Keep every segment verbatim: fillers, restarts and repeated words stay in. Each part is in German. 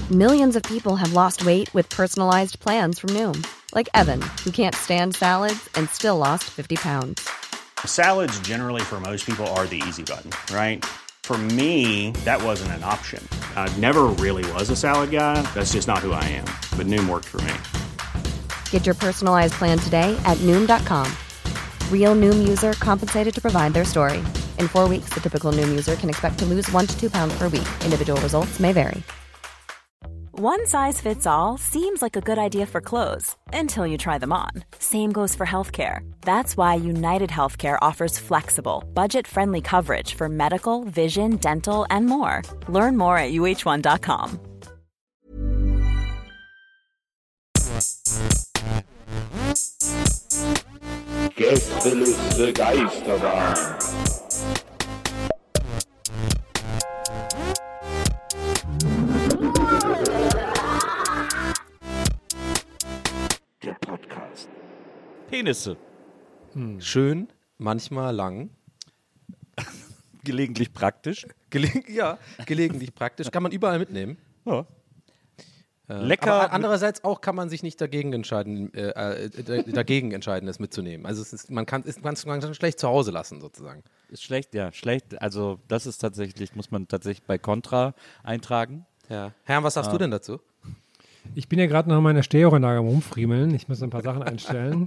Millions of people have lost weight with personalized plans from Noom. Like Evan, who can't stand salads and still lost fifty pounds. Salads generally for most people are the easy button, right? For me, that wasn't an option. I never really was a salad guy. That's just not who I am. But Noom worked for me. Get your personalized plan today at Noom dot com. Real Noom user compensated to provide their story. In four weeks, the typical Noom user can expect to lose one to two pounds per week. Individual results may vary. One size fits all seems like a good idea for clothes until you try them on. Same goes for healthcare. That's why United Healthcare offers flexible, budget-friendly coverage for medical, vision, dental, and more. Learn more at U H one dot com. Gästeliste Geisterbahn. Der Podcast. Penisse. Hm. Schön, manchmal lang. Gelegentlich praktisch. Gelegen, ja, gelegentlich praktisch. Kann man überall mitnehmen. Ja. Äh, Lecker. Aber andererseits auch kann man sich nicht dagegen entscheiden, äh, äh, dagegen entscheiden, das mitzunehmen. Also es ist, man kann es man kann schlecht zu Hause lassen, sozusagen. Ist schlecht, ja, schlecht. Also das ist tatsächlich, muss man tatsächlich bei Contra eintragen. Ja. Herr, was sagst ah. du denn dazu? Ich bin ja gerade noch in meiner Stereoanlage am Rumfriemeln. Ich muss ein paar Sachen einstellen.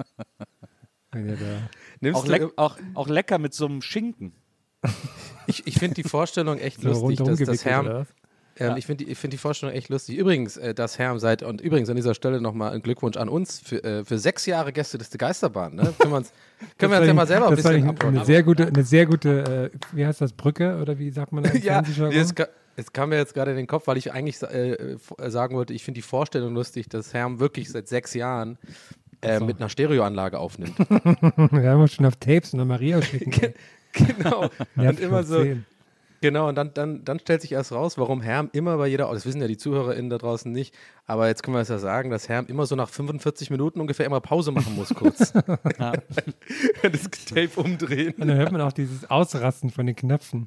Nimmst auch, du leck, auch, auch lecker mit so einem Schinken. Ich, ich finde die Vorstellung echt so lustig, dass das Herm, oder? ähm, Ja. ich finde die, find die Vorstellung echt lustig. Übrigens, äh, das Herm seid, und übrigens an dieser Stelle nochmal ein Glückwunsch an uns für, äh, für sechs Jahre Gästeliste Geisterbahn. Ne? Können wir uns, können wir uns ja mal selber ein das war bisschen eine, abholen. eine sehr gute, eine sehr gute, äh, wie heißt das, Brücke oder wie sagt man das? Ja, es, ka- es kam mir jetzt gerade in den Kopf, weil ich eigentlich äh, f- sagen wollte, ich finde die Vorstellung lustig, dass Herm wirklich seit sechs Jahren äh, so. mit einer Stereoanlage aufnimmt. Wir haben uns schon auf Tapes und an Maria schicken. Genau. Nervt Und immer so, zehn. genau, und dann, dann, dann stellt sich erst raus, warum Herm immer bei jeder, oh, das wissen ja die ZuhörerInnen da draußen nicht, aber jetzt können wir es ja sagen, dass Herm immer so nach fünfundvierzig Minuten ungefähr immer Pause machen muss, kurz. Ja. Das Tape umdrehen. Und dann hört man auch dieses Ausrasten von den Knöpfen.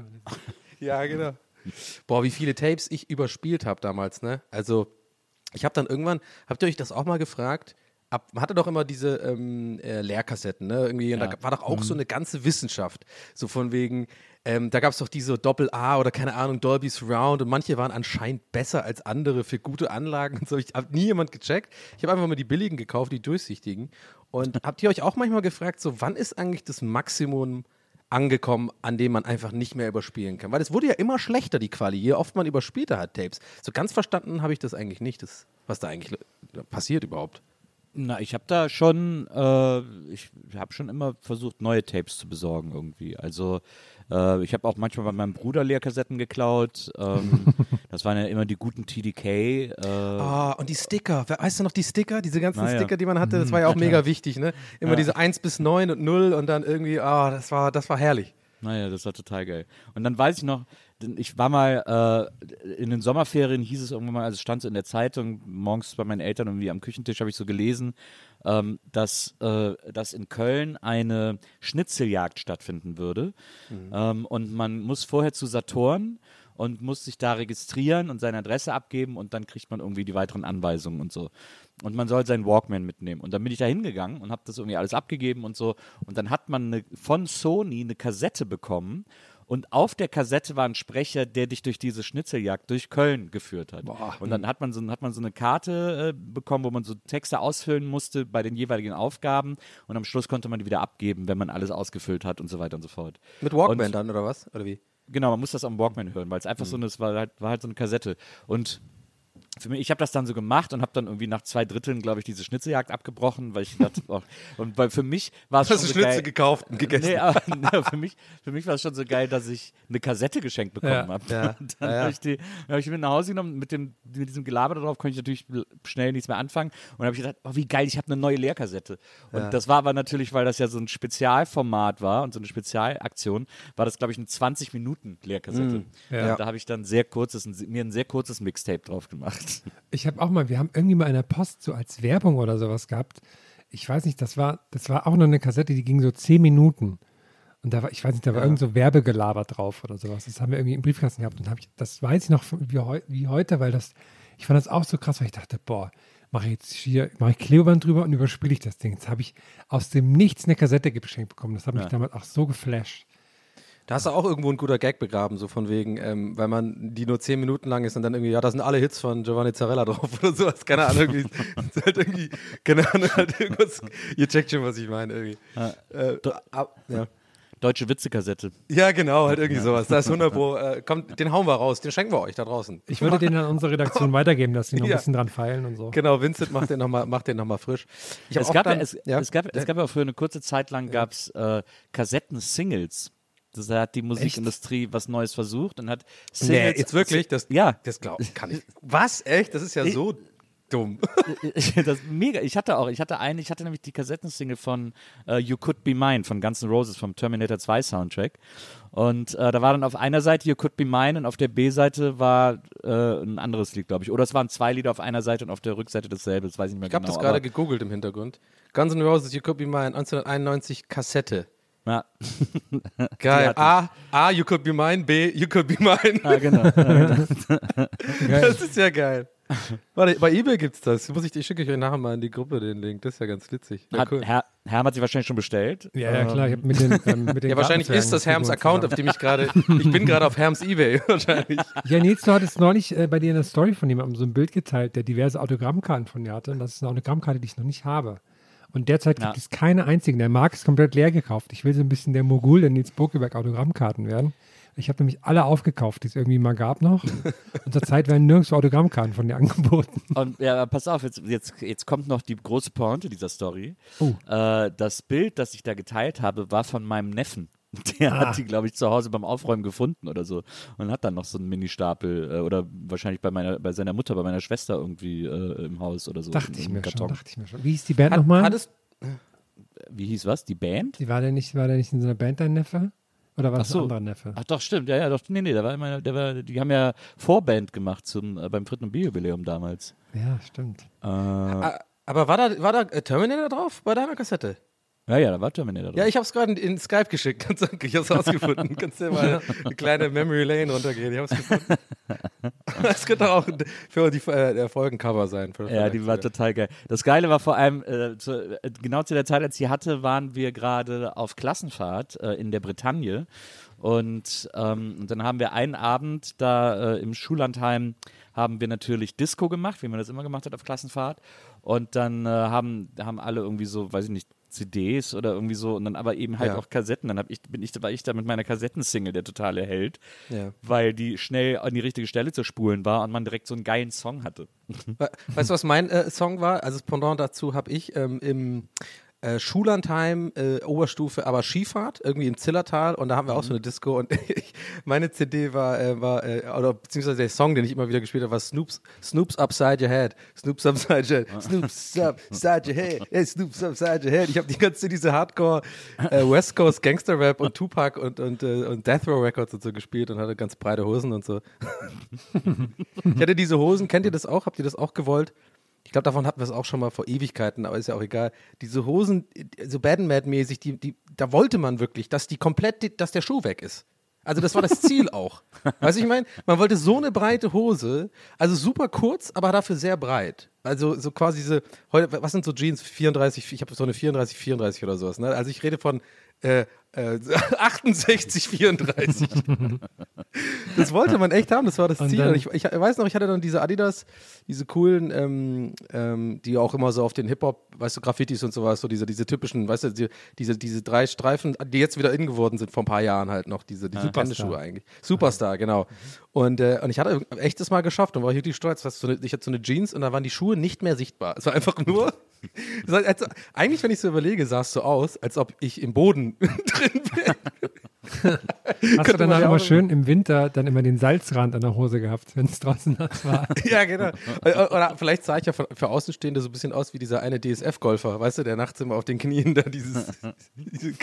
Ja, genau. Boah, wie viele Tapes ich überspielt habe damals, ne? Also, ich habe dann irgendwann, habt ihr euch das auch mal gefragt? Ab, man hatte doch immer diese ähm, äh, Lehrkassetten, ne? Irgendwie, und Ja. da war doch auch so eine ganze Wissenschaft. So von wegen, ähm, da gab es doch diese Doppel-A oder keine Ahnung, Dolby Surround und manche waren anscheinend besser als andere für gute Anlagen und so. Ich habe nie jemand gecheckt. Ich habe einfach mal die billigen gekauft, die durchsichtigen. Und habt ihr euch auch manchmal gefragt, so wann ist eigentlich das Maximum angekommen, an dem man einfach nicht mehr überspielen kann? Weil es wurde ja immer schlechter, die Quali, je oft man überspielte hat Tapes. So ganz verstanden habe ich das eigentlich nicht, das, was da eigentlich äh, passiert überhaupt. Na, ich habe da schon, äh, ich habe schon immer versucht, neue Tapes zu besorgen irgendwie. Also äh, ich habe auch manchmal bei meinem Bruder Leerkassetten geklaut. Ähm, das waren ja immer die guten T D K. Äh, Ah, und die Sticker, Wer- weißt du noch die Sticker, diese ganzen Na ja. Sticker, die man hatte, das war ja auch mega wichtig, ne? Immer Ja. diese eins bis neun und null und dann irgendwie, ah, das war, das war herrlich. Naja, das war total geil. Und dann weiß ich noch, denn ich war mal äh, in den Sommerferien, hieß es irgendwann mal, also es stand so in der Zeitung, morgens bei meinen Eltern irgendwie am Küchentisch habe ich so gelesen, ähm, dass, äh, dass in Köln eine Schnitzeljagd stattfinden würde. Ähm, und man muss vorher zu Saturn und muss sich da registrieren und seine Adresse abgeben und dann kriegt man irgendwie die weiteren Anweisungen und so. Und man soll seinen Walkman mitnehmen. Und dann bin ich da hingegangen und habe das irgendwie alles abgegeben und so. Und dann hat man eine, von Sony eine Kassette bekommen. Und auf der Kassette war ein Sprecher, der dich durch diese Schnitzeljagd durch Köln geführt hat. Boah. Und dann hat man so, hat man so eine Karte äh, bekommen, wo man so Texte ausfüllen musste bei den jeweiligen Aufgaben. Und am Schluss konnte man die wieder abgeben, wenn man alles ausgefüllt hat und so weiter und so fort. Mit Walkman Und- dann, oder was? Oder wie? Genau, man muss das am Walkman hören, weil es einfach so eine, es war halt, war halt so eine Kassette. Und für mich, ich habe das dann so gemacht und habe dann irgendwie nach zwei Dritteln, glaube ich, diese Schnitzeljagd abgebrochen, weil ich dachte, oh, und weil für mich war es schon Hast du so Schnitzel geil. gekauft und gegessen? Nee, aber, nee, für mich, für mich war es schon so geil, dass ich eine Kassette geschenkt bekommen Ja. habe. Ja. Und dann Ja, ja. habe ich die, hab ich die mit nach Hause genommen, mit, dem, mit diesem Gelaber darauf konnte ich natürlich schnell nichts mehr anfangen. Und dann habe ich gedacht, oh, wie geil, ich habe eine neue Leerkassette. Und Ja. das war aber natürlich, weil das ja so ein Spezialformat war und so eine Spezialaktion, war das, glaube ich, eine zwanzig Minuten Leerkassette. Ja. Und da habe ich dann sehr kurzes, ein, mir ein sehr kurzes Mixtape drauf gemacht. Ich habe auch mal, wir haben irgendwie mal in der Post so als Werbung oder sowas gehabt. Ich weiß nicht, das war, das war auch noch eine Kassette, die ging so zehn Minuten. Und da war, ich weiß nicht, da war Ja. irgend so Werbegelaber drauf oder sowas. Das haben wir irgendwie im Briefkasten gehabt und hab ich, das weiß ich noch wie, heu, wie heute, weil das, ich fand das auch so krass, weil ich dachte, boah, mache ich jetzt hier, mache ich Klebeband drüber und überspiele ich das Ding. Jetzt habe ich aus dem Nichts eine Kassette geschenkt bekommen. Das hat mich Ja. damals auch so geflasht. Da hast du auch irgendwo ein guter Gag begraben, so von wegen, ähm, weil man die nur zehn Minuten lang ist und dann irgendwie, ja, da sind alle Hits von Giovanni Zarella drauf oder sowas, keine Ahnung, irgendwie, ist halt irgendwie, keine Ahnung, halt irgendwas, ihr checkt schon, was ich meine, irgendwie. Ja. Äh, ab, ja. Deutsche Witzekassette. ja, genau, halt irgendwie sowas, da ist hundert Pro, äh, kommt, den hauen wir raus, den schenken wir euch da draußen. Ich würde den an unsere Redaktion weitergeben, dass sie noch ein Ja. bisschen dran feilen und so. Genau, Vincent macht den nochmal noch frisch. Ich hab Es auch gab, ja, dann, es, ja, es, gab, es gab ja für eine kurze Zeit lang gab's, äh, Kassetten-Singles. Das hat die Musikindustrie was Neues versucht und hat nee, Singles. jetzt wirklich, das, Ja. das glaub, kann ich, was, echt, das ist ja so dumm. Das ist mega. Ich hatte auch, ich hatte eine, ich hatte nämlich die Kassettensingle von äh, You Could Be Mine von Guns N' Roses vom Terminator zwei Soundtrack. Und äh, da war dann auf einer Seite You Could Be Mine und auf der B-Seite war äh, ein anderes Lied, glaube ich. Oder es waren zwei Lieder auf einer Seite und auf der Rückseite dasselbe. Das weiß ich nicht mehr Ich habe genau. das gerade aber- gegoogelt im Hintergrund. Guns N' Roses, You Could Be Mine, neunzehnhunderteinundneunzig Kassette. Ja. Geil. hatte A, A, You Could Be Mine, B, You Could Be Mine. Ah, genau. Das ist ja geil. Warte, bei eBay gibt's das. Muss ich, ich schicke euch nachher mal in die Gruppe den Link. Das ist ja ganz witzig. Ja, Hat, cool. Herr, Herm hat sich wahrscheinlich schon bestellt. Ja, ja, klar. Ich hab mit den, ähm, mit den Ja, wahrscheinlich Gartenzwergen ist das Herms Figuren Account, auf zusammen. dem ich gerade. Ich bin gerade auf Herms eBay wahrscheinlich. Ja, Nils, du hattest neulich äh, bei dir eine Story von jemandem so ein Bild geteilt, der diverse Autogrammkarten von dir hatte. Und das ist eine Autogrammkarte, die ich noch nicht habe. Und derzeit gibt Ja. es keine einzigen. Der Markt ist komplett leer gekauft. Ich will so ein bisschen der Mogul der Nils Bokeberg Autogrammkarten werden. Ich habe nämlich alle aufgekauft, die es irgendwie mal gab noch. Und zurzeit werden nirgendwo Autogrammkarten von dir angeboten. Und ja, pass auf, jetzt, jetzt, jetzt kommt noch die große Pointe dieser Story. Oh. Äh, das Bild, das ich da geteilt habe, war von meinem Neffen. Der Ah. hat die, glaube ich, zu Hause beim Aufräumen gefunden oder so. Und hat dann noch so einen Mini-Stapel äh, oder wahrscheinlich bei meiner, bei seiner Mutter, bei meiner Schwester irgendwie äh, im Haus oder so. Dachte im, ich im mir Karton. schon, dachte ich mir schon. Wie hieß die Band Hat, nochmal? hattest, Wie hieß was? Die Band? Die war der nicht, war der nicht in so einer Band dein Neffe? Oder war das Ach so. ein anderer Neffe? Ach doch, stimmt. Ja, ja, doch. Nee, nee, der war immer, der war, die haben ja Vorband gemacht zum, äh, beim dritten Biojubiläum damals. Ja, stimmt. Äh, Ah, aber war da, war da äh, Terminator drauf bei deiner Kassette? ja, ja, da war Terminator drin. Ja, ich habe es gerade in, in Skype geschickt. Ganz danke, ich habe es rausgefunden. Kannst du mal eine kleine Memory Lane runtergehen? Ich habe es gefunden. Das könnte auch für die äh, der Folgencover sein. Für Ja, die war total geil. Das Geile war vor allem, äh, zu, äh, genau zu der Zeit, als sie hatte, waren wir gerade auf Klassenfahrt äh, in der Bretagne. Und, ähm, und dann haben wir einen Abend da äh, im Schullandheim haben wir natürlich Disco gemacht, wie man das immer gemacht hat auf Klassenfahrt. Und dann äh, haben, haben alle irgendwie so, weiß ich nicht, C Ds oder irgendwie so und dann aber eben halt Ja. auch Kassetten. Dann hab ich, bin ich, war ich da mit meiner Kassettensingle der totale Held, Ja. weil die schnell an die richtige Stelle zu spulen war und man direkt so einen geilen Song hatte. We- Weißt du, was mein äh, Song war? Also das Pendant dazu habe ich ähm, im äh, Schullandheim, äh, Oberstufe, aber Skifahrt, irgendwie im Zillertal und da haben wir auch so eine Disco und ich, meine C D war, äh, war äh, oder beziehungsweise der Song, den ich immer wieder gespielt habe, war Snoops, Snoops Upside Your Head. Snoops Upside Your Head. Snoops Upside Your Head. Hey, Snoops Upside Your Head. Ich habe die ganze diese Hardcore äh, West Coast Gangster Rap und Tupac und, und, äh, und Death Row Records und so gespielt und hatte ganz breite Hosen und so. Ich hatte diese Hosen, kennt ihr das auch? Habt ihr das auch gewollt? Ich glaube, davon hatten wir es auch schon mal vor Ewigkeiten, aber ist ja auch egal. Diese Hosen, so Bad and Mad-mäßig, die, die, da wollte man wirklich, dass die komplett, dass der Schuh weg ist. Also das war das Ziel auch. Weißt du, ich meine, man wollte so eine breite Hose, also super kurz, aber dafür sehr breit. Also so quasi diese, heute, was sind so Jeans, vierunddreißig, ich habe so eine vierunddreißig, vierunddreißig oder sowas. Ne? Also ich rede von äh, äh, achtundsechzig, vierunddreißig. Das wollte man echt haben, das war das Und Ziel. dann- Und ich, ich weiß noch, ich hatte dann diese Adidas, diese coolen, ähm, ähm, die auch immer so auf den Hip-Hop, weißt du, Graffitis und sowas, so diese, diese typischen, weißt du, die, diese, diese drei Streifen, die jetzt wieder in geworden sind vor ein paar Jahren halt noch, diese, diese Bandeschuhe eigentlich. Superstar, genau. Und, äh, und ich hatte echt das mal geschafft und war wirklich stolz. Weißt du, so eine, ich hatte so eine Jeans und da waren die Schuhe nicht mehr sichtbar. Es war einfach nur, es war, also, eigentlich, wenn ich so überlege, sah es so aus, als ob ich im Boden drin bin. Hast du dann immer schön im Winter dann immer den Salzrand an der Hose gehabt, wenn es draußen nass war? Ja, genau. Oder vielleicht sah ich ja für Außenstehende so ein bisschen aus wie dieser eine D S F-Golfer, weißt du, der nachts immer auf den Knien da dieses, diese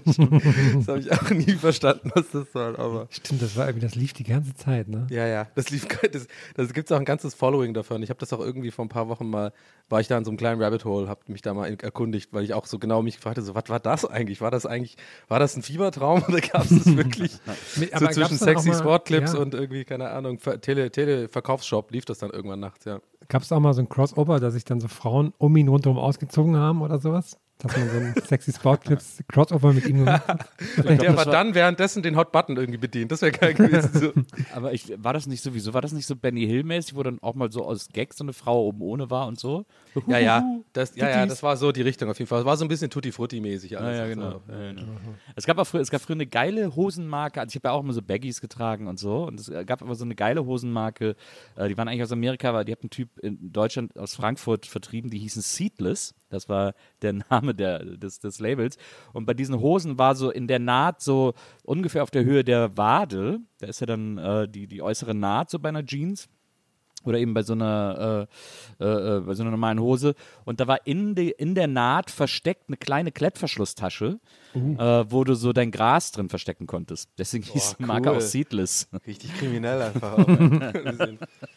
das habe ich auch nie verstanden, was das soll, aber. Stimmt, das war irgendwie, das lief die ganze Zeit, ne? Ja, ja, das lief, das, das gibt es auch ein ganzes Following davon. Ich habe das auch irgendwie vor ein paar Wochen mal, war ich da in so einem kleinen Rabbit Hole, habe mich da mal erkundigt, weil ich auch so genau mich gefragt habe, so, was war das eigentlich? War das eigentlich, war das ein Fiebertraum oder gab es das wirklich Mit, so zwischen sexy Sportclips ja. und irgendwie, keine Ahnung, Tele, Tele-Verkaufsshop lief das dann irgendwann nachts, ja. Gab es auch mal so ein Crossover, dass sich dann so Frauen um ihn rundherum ausgezogen haben oder sowas? Dass man so ein sexy Sportclips Crossover mit ihm gemacht hat. Und der war dann währenddessen den Hot Button irgendwie bedient. Das wäre geil gewesen. So. Aber ich, war das nicht sowieso, war das nicht so Benny Hill-mäßig, wo dann auch mal so aus Gags so eine Frau oben ohne war und so? Ja, ja, das, ja, ja, das war so die Richtung auf jeden Fall. Es war so ein bisschen Tutti-Frutti-mäßig alles. Ja, ja, genau. So. Ja, genau. Es gab auch früher, es gab früher eine geile Hosenmarke, also ich habe ja auch immer so Baggies getragen und so, und es gab aber so eine geile Hosenmarke, äh, die waren eigentlich aus Amerika, aber die hat einen Typ in Deutschland aus Frankfurt vertrieben, die hießen Seedless. Das war der Name der, des, des Labels. Und bei diesen Hosen war so in der Naht so ungefähr auf der Höhe der Wade. Da ist ja dann äh, die, die äußere Naht so bei einer Jeans. Oder eben bei so einer, äh, äh, bei so einer normalen Hose. Und da war in, die, in der Naht versteckt eine kleine Klettverschlusstasche, uh. äh, wo du so dein Gras drin verstecken konntest. Deswegen Boah, hieß die cool. Marke auch Seedless. Richtig kriminell einfach auch. Ne?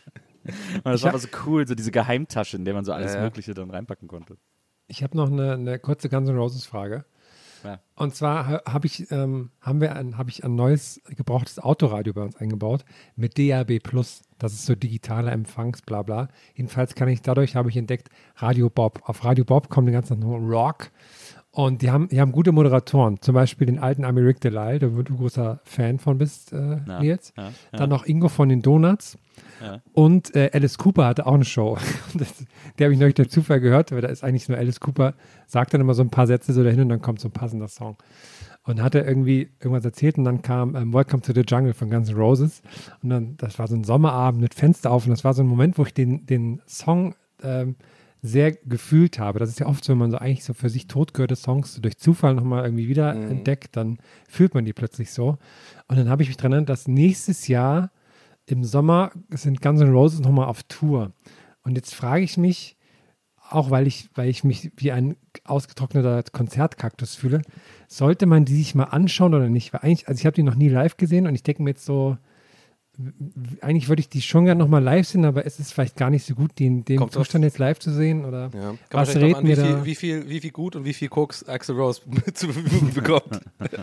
Und das war aber so cool, so diese Geheimtasche, in der man so alles ja, ja. Mögliche dann reinpacken konnte. Ich habe noch eine, eine kurze Guns N' Roses Frage. Ja. Und zwar ha, hab ich, ähm, haben wir ein, habe ich ein neues gebrauchtes Autoradio bei uns eingebaut mit D A B Plus. Das ist so digitaler Empfangs, bla bla. Jedenfalls kann ich dadurch, habe ich entdeckt, Radio Bob. Auf Radio Bob kommt den ganzen Tag nur Rock. Und die haben, die haben gute Moderatoren. Zum Beispiel den alten Ami Rick Delisle, da wo du großer Fan von bist, äh, ja, Nils. Ja, ja. Dann noch Ingo von den Donuts. Ja. Und äh, Alice Cooper hatte auch eine Show. Das, die habe ich neulich durch Zufall gehört, weil da ist eigentlich nur Alice Cooper, sagt dann immer so ein paar Sätze so dahin und dann kommt so ein passender Song. Und hat er irgendwie irgendwas erzählt und dann kam ähm, Welcome to the Jungle von Guns N' Roses. Und dann, das war so ein Sommerabend mit Fenster auf und das war so ein Moment, wo ich den, den Song ähm, sehr gefühlt habe. Das ist ja oft so, wenn man so eigentlich so für sich totgehörte Songs so durch Zufall nochmal irgendwie wieder mhm. entdeckt, dann fühlt man die plötzlich so. Und dann habe ich mich dran erinnert, dass nächstes Jahr im Sommer sind Guns N' Roses nochmal auf Tour. Und jetzt frage ich mich, auch weil ich, weil ich mich wie ein ausgetrockneter Konzertkaktus fühle, sollte man die sich mal anschauen oder nicht? Weil eigentlich, also ich habe die noch nie live gesehen und ich denke mir jetzt so, eigentlich würde ich die schon gerne nochmal live sehen, aber es ist vielleicht gar nicht so gut, die in dem Kommt Zustand jetzt live zu sehen. Oder ja. was reden wir da? Wie viel, wie viel gut und wie viel Koks Axl Rose zur Verfügung bekommt.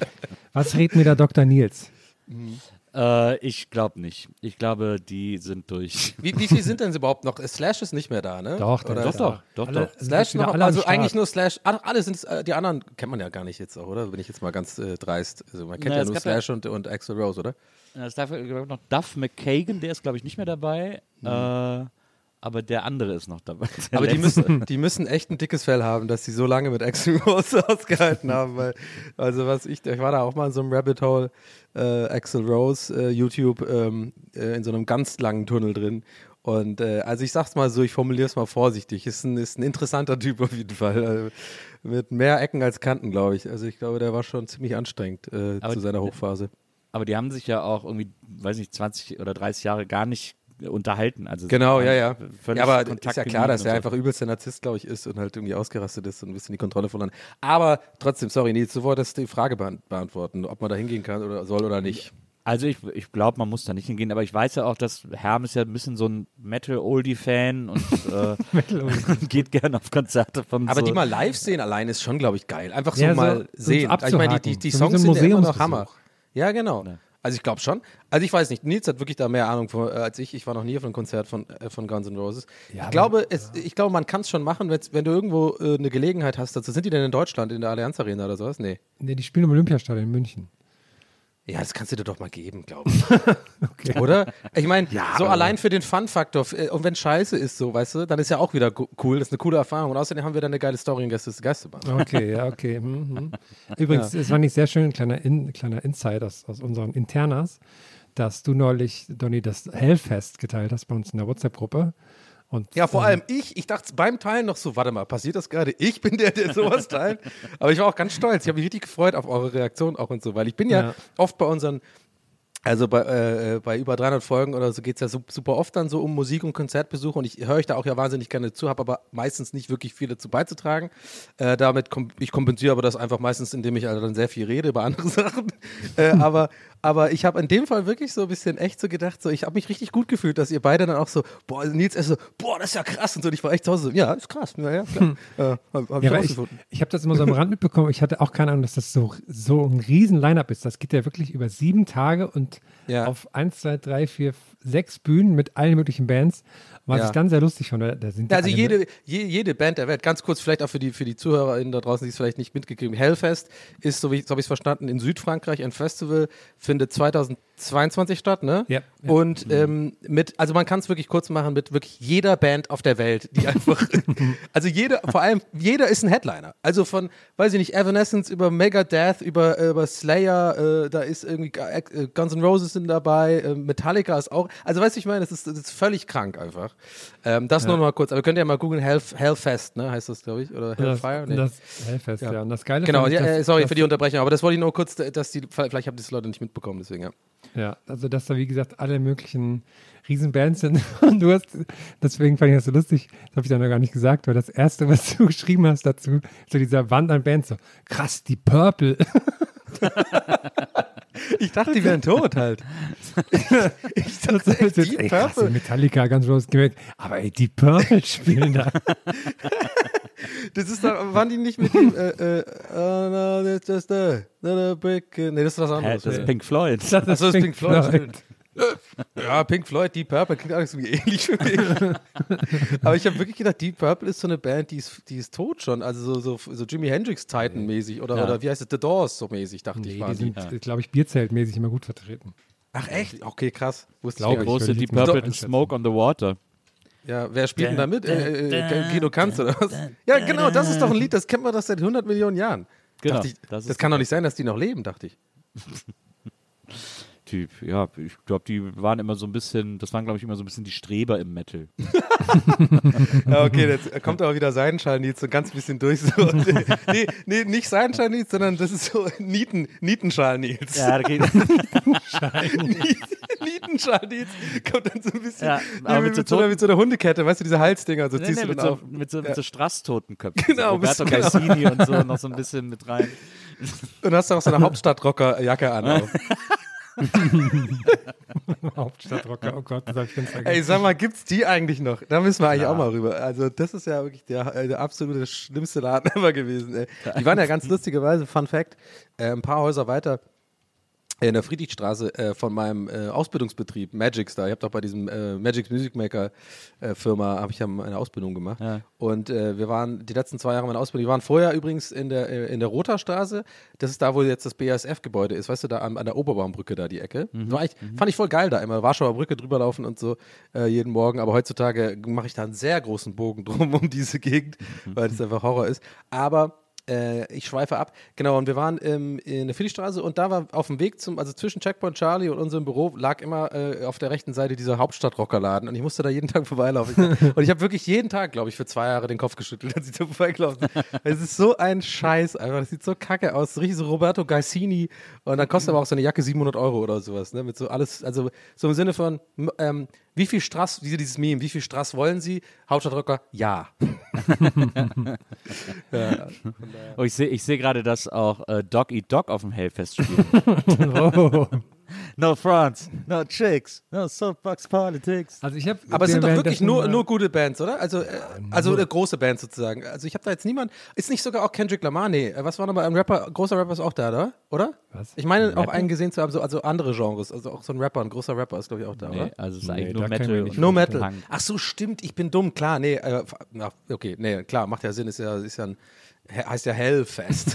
Was rät mir da Doktor Nils? Mhm. Äh, ich glaube nicht. Ich glaube, die sind durch. Wie, wie viel sind denn überhaupt noch? Slash ist nicht mehr da, ne? Doch, der Oder? ist Doch, da. doch, Alle- doch. Slash sind wieder noch, alle am also Start. eigentlich nur Slash. Alle, alle sind äh, die anderen kennt man ja gar nicht jetzt auch, oder? Bin ich jetzt mal ganz äh, dreist. Also man kennt Na, ja es nur gab Slash und, und Axl Rose, oder? Es darf glaub ich, noch Duff McKagan, der ist, glaube ich, nicht mehr dabei. Mhm. Äh, aber der andere ist noch dabei. Der Aber die letzte. müssen, die müssen echt ein dickes Fell haben, dass sie so lange mit Axl Rose ausgehalten haben. Weil, also was ich, ich war da auch mal in so einem Rabbit Hole, äh, Axl Rose, äh, YouTube, ähm, äh, in so einem ganz langen Tunnel drin. Und äh, also ich sag's mal so, ich formuliere es mal vorsichtig. Ist ein, ist ein interessanter Typ auf jeden Fall. Also mit mehr Ecken als Kanten, glaube ich. Also ich glaube, der war schon ziemlich anstrengend äh, Aber zu seiner die- Hochphase. Aber die haben sich ja auch irgendwie, weiß nicht, zwanzig oder dreißig Jahre gar nicht unterhalten. Also Genau, sie ja, haben ja. völlig Ja, aber Kontakt ist ja klar, gemieden dass er und einfach übelst der Narzisst, glaube ich, ist und halt irgendwie ausgerastet ist und ein bisschen die Kontrolle verloren. Aber trotzdem, sorry, Nils, du wolltest die Frage beant- beantworten, ob man da hingehen kann oder soll oder nicht. Also ich, ich glaube, man muss da nicht hingehen, aber ich weiß ja auch, dass Herm ist ja ein bisschen so ein Metal-Oldie-Fan und äh, geht gerne auf Konzerte von Aber so. die mal live sehen allein ist schon, glaube ich, geil. Einfach so Ja, so- mal so sehen. Also ich meine, die, die, die so wie Songs so ein sind ja immer noch Museumsbesuch. Hammer. Ja, genau. Ja. Also ich glaube schon. Also ich weiß nicht, Nils hat wirklich da mehr Ahnung von, äh, als ich. Ich war noch nie auf einem Konzert von, äh, von Guns N' Roses. Ja, ich, glaube, es, ich glaube, man kann es schon machen, wenn's- wenn du irgendwo äh, eine Gelegenheit hast dazu. Sind die denn in Deutschland, in der Allianz Arena oder sowas? Nee. Nee, die spielen im Olympiastadion in München. Ja, das kannst du dir doch mal geben, glaube ich. Oder? Ich meine, so allein für den Fun-Faktor. äh, Und wenn scheiße ist, so, weißt du, dann ist ja auch wieder gu- cool. Das ist eine coole Erfahrung. Und außerdem haben wir dann eine geile Story in Gäste Geisterbahn. Okay, ja, okay. Mhm, mhm. Übrigens, es war nicht sehr schön, ein kleiner, In, kleiner Insight aus, aus unseren Internas, dass du neulich, Donny, das Hellfest geteilt hast bei uns in der WhatsApp-Gruppe. Und, Ja, vor ähm, allem ich, ich dachte beim Teilen noch so, warte mal, passiert das gerade? Ich bin der, der sowas teilt. Aber ich war auch ganz stolz. Ich habe mich richtig gefreut auf eure Reaktion auch und so, weil ich bin ja, Ja. oft bei unseren, also bei, äh, bei über dreihundert Folgen oder so geht es ja so, super oft dann so um Musik- und Konzertbesuche und ich höre euch da auch ja wahnsinnig gerne zu, habe aber meistens nicht wirklich viel dazu beizutragen. Äh, damit kom ich kompensiere aber das einfach meistens, indem ich also dann sehr viel rede über andere Sachen. äh, aber, aber ich habe in dem Fall wirklich so ein bisschen echt so gedacht, so ich habe mich richtig gut gefühlt, dass ihr beide dann auch so, boah, Nils erst so, boah, das ist ja krass und so. Und ich war echt zu Hause so, ja, ist krass, ja, ja klar. äh, hab, hab Ja, ich weil ich, rausgefunden. ich habe das immer so am Rand mitbekommen. Ich hatte auch keine Ahnung, dass das so, so ein riesen Line-Up ist. Das geht ja wirklich über sieben Tage und Ja. auf eins, zwei, drei, vier, sechs Bühnen mit allen möglichen Bands. Was Ja. ich dann sehr lustig fand. weil Da sind Ja, also alle- jede, je, jede Band der Welt, ganz kurz vielleicht auch für die, für die ZuhörerInnen da draußen, die es vielleicht nicht mitgekriegt haben, Hellfest ist, so, wie, so habe ich es verstanden, in Südfrankreich ein Festival, findet zweitausendzweiundzwanzig statt, ne? Ja, ja. Und ähm, mit, also man kann es wirklich kurz machen mit wirklich jeder Band auf der Welt, die einfach, also jeder, vor allem jeder ist ein Headliner. Also von, weiß ich nicht, Evanescence über Megadeth, über, äh, über Slayer, äh, da ist irgendwie äh, Guns N' Roses sind dabei, äh, Metallica ist auch, also weißt du, ich meine, das ist, das ist völlig krank einfach. Ähm, das nur noch mal kurz, aber könnt ihr ja mal googeln, Hell, Hellfest, ne, heißt das, glaube ich, oder das, Hellfire? Nee. das Hellfest, ja. Ja. Und das Geile Genau, fand ich, ja, dass- äh, sorry dass- für die Unterbrechung, aber das wollte ich nur kurz, dass die, vielleicht haben das Leute nicht mitbekommen, deswegen, ja. Ja, also dass da wie gesagt alle möglichen Riesenbands sind und du hast, deswegen fand ich das so lustig, das habe ich dann noch gar nicht gesagt, weil das erste, was du geschrieben hast dazu, so dieser Wand an Bands, so krass, die Purple. Ich dachte, die wären tot halt. Ich Das dachte, ist echt, jetzt, die ey, krass, Purple. Metallica, ganz groß gemerkt, aber ey, die Purple spielen da. Das ist da, waren die nicht mit dem, äh, äh, oh, no, that's just a, not a brick, äh, nee, das ist was Hä, anderes. das ist Pink Floyd. Das Achso, das ist Pink Floyd, stimmt. Ja, Pink Floyd, Deep Purple, klingt alles irgendwie ähnlich für mich. Aber ich habe wirklich gedacht, Deep Purple ist so eine Band, die ist, die ist tot schon. Also so, so, so Jimi Hendrix Titan-mäßig oder, Ja. oder wie heißt es, The Doors so mäßig, dachte ich. Nee, Waren die die. sind, glaube ich, bierzeltmäßig immer gut vertreten. Ach echt? Okay, krass. Wusste Glaube ich ich. gar Wo nicht. ist würde Deep jetzt Purple nicht and einschätzen. Smoke on the Water? Ja, wer spielt denn da mit? Äh, äh, Guido Kanz oder was? Ja, genau, das ist doch ein Lied, das kennt man das seit hundert Millionen Jahren. Genau, Dachte ich, das das ist kann doch nicht sein, dass die noch leben, dachte ich. Die, ja, ich glaube, die waren immer so ein bisschen, das waren, glaube ich, immer so ein bisschen die Streber im Metal. Ja, okay, jetzt kommt aber wieder Seidenschal-Nils so ein ganz bisschen durch. So. Nee, nee, nicht Seidenschal-Nils, sondern das ist so Nieten, Nietenschal-Nils. Ja, da geht Nietenschal-Nils kommt dann so ein bisschen Ja, nee, aber mit, mit so so einer, Toten- mit so einer Hundekette, weißt du, diese Halsdinger, so nee, ziehst nee, du mit, dann so, auf. mit, so, mit Ja. so Strass-Totenköpfen. Genau, so Roberto bist- genau. Gaisini und so noch so ein bisschen mit rein. Und hast auch so eine Hauptstadtrocker-Jacke an. Auch. Hauptstadtrocker, oh Gott, das habe ich ganz Ey, vergessen. sag mal, gibt's die eigentlich noch? Da müssen wir eigentlich Klar. auch mal rüber. Also, das ist ja wirklich der, äh, der absolute schlimmste Laden ever gewesen. Ey. Die waren ja ganz lustigerweise, Fun Fact, äh, ein paar Häuser weiter in der Friedrichstraße äh, von meinem äh, Ausbildungsbetrieb, Magix da. Ich habe doch bei diesem äh, Magix Music Maker äh, Firma, habe ich ja meine Ausbildung gemacht. Ja. Und äh, wir waren die letzten zwei Jahre meine Ausbildung, wir waren vorher übrigens in der, äh, in der Rotherstraße. Das ist da, wo jetzt das B A S F-Gebäude ist, weißt du, da an, an der Oberbaumbrücke da die Ecke. War ich, Fand ich voll geil da immer, Warschauer Brücke drüber laufen und so äh, jeden Morgen. Aber heutzutage mache ich da einen sehr großen Bogen drum um diese Gegend, weil das einfach Horror ist. Aber Äh, ich schweife ab. Genau, und wir waren ähm, in der Friedrichstraße und da war auf dem Weg zum, also zwischen Checkpoint Charlie und unserem Büro lag immer äh, auf der rechten Seite dieser Hauptstadtrockerladen und ich musste da jeden Tag vorbeilaufen. Ich, und ich habe wirklich jeden Tag, glaube ich, für zwei Jahre den Kopf geschüttelt, als ich da vorbeigelaufen bin. Es ist so ein Scheiß einfach, das sieht so kacke aus, so richtig so Roberto Gaisini und dann kostet aber auch so eine Jacke siebenhundert Euro oder sowas, ne, mit so alles, also so im Sinne von, m- ähm, wie viel Strass, wie dieses Meme, wie viel Strass wollen Sie? Hauptstadtrocker, ja. Ja. Oh, ich sehe ich seh gerade, dass auch äh, Dog Eat Dog auf dem Hellfest spielt. Oh. No France, no Chicks, no Soapbox Politics. Also ich habe Aber es sind doch wirklich nur, nur gute Bands, oder? Also, äh, also äh, große Bands sozusagen. Also ich habe da jetzt niemand. Ist nicht sogar auch Kendrick Lamar? Nee, äh, was war nochmal ein Rapper? Großer Rapper ist auch da, oder? Oder? Was? Ich meine auch einen gesehen zu haben, so, also andere Genres. Also auch so ein Rapper, ein großer Rapper ist glaube ich auch da, Nee, oder? also es ist Nee, eigentlich da nur kann ich Metal. mir nicht und No Metal. Punk. Ach so, stimmt, ich bin dumm. Klar, nee, äh, na, okay, nee, klar, macht ja Sinn, ist ja, ist ja ein, he- heißt ja Hellfest.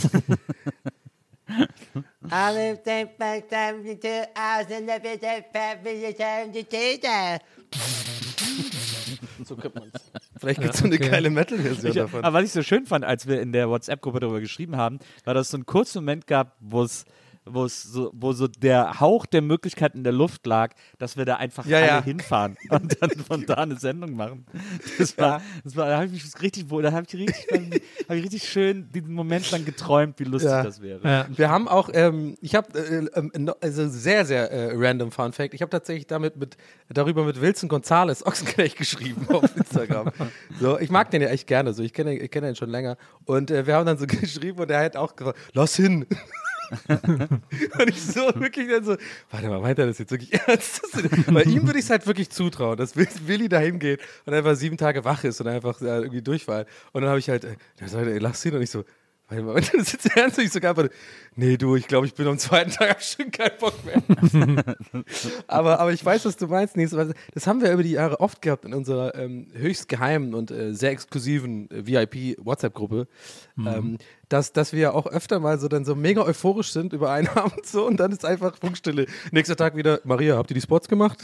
So könnte man's. Vielleicht gibt es so eine okay. geile Metal-Version Ich, davon. aber was ich so schön fand, als wir in der WhatsApp-Gruppe darüber geschrieben haben, war, dass es so einen kurzen Moment gab, wo es wo es so, wo so der Hauch der Möglichkeit in der Luft lag, dass wir da einfach Ja, alle ja. hinfahren und dann von da eine Sendung machen. Das war, das war da habe ich mich richtig wohl, da habe ich richtig, hab ich richtig schön diesen Moment dann geträumt, wie lustig Ja. das wäre. Ja. Wir haben auch, ähm, ich habe, äh, ähm, no- also sehr, sehr äh, random Fun Fact, ich habe tatsächlich damit mit, darüber mit Wilson Gonzales Ochsenknecht geschrieben auf Instagram. So, ich mag den ja echt gerne, so, ich kenne ich kenn den schon länger. Und äh, wir haben dann so geschrieben und er hat auch gesagt, lass hin. Und ich so wirklich dann so, warte mal, meint er das jetzt wirklich ernst? Bei ihm würde ich es halt wirklich zutrauen, dass Willi da hingeht und einfach sieben Tage wach ist und einfach äh, irgendwie durchfallen. Und dann habe ich halt, äh, der sagt, ey, lass hin. Und ich so, warte mal, meint er das jetzt ernst? Und ich so einfach, nee, du, ich glaube, ich bin am zweiten Tag hab schon keinen Bock mehr. aber, aber ich weiß, was du meinst, Nils. Das haben wir über die Jahre oft gehabt in unserer ähm, höchst geheimen und äh, sehr exklusiven äh, V I P-WhatsApp-Gruppe, Mhm. ähm, dass, dass wir auch öfter mal so dann so mega euphorisch sind über einen Abend so und dann ist einfach Funkstille. Nächster Tag wieder, Maria, habt ihr die Spots gemacht?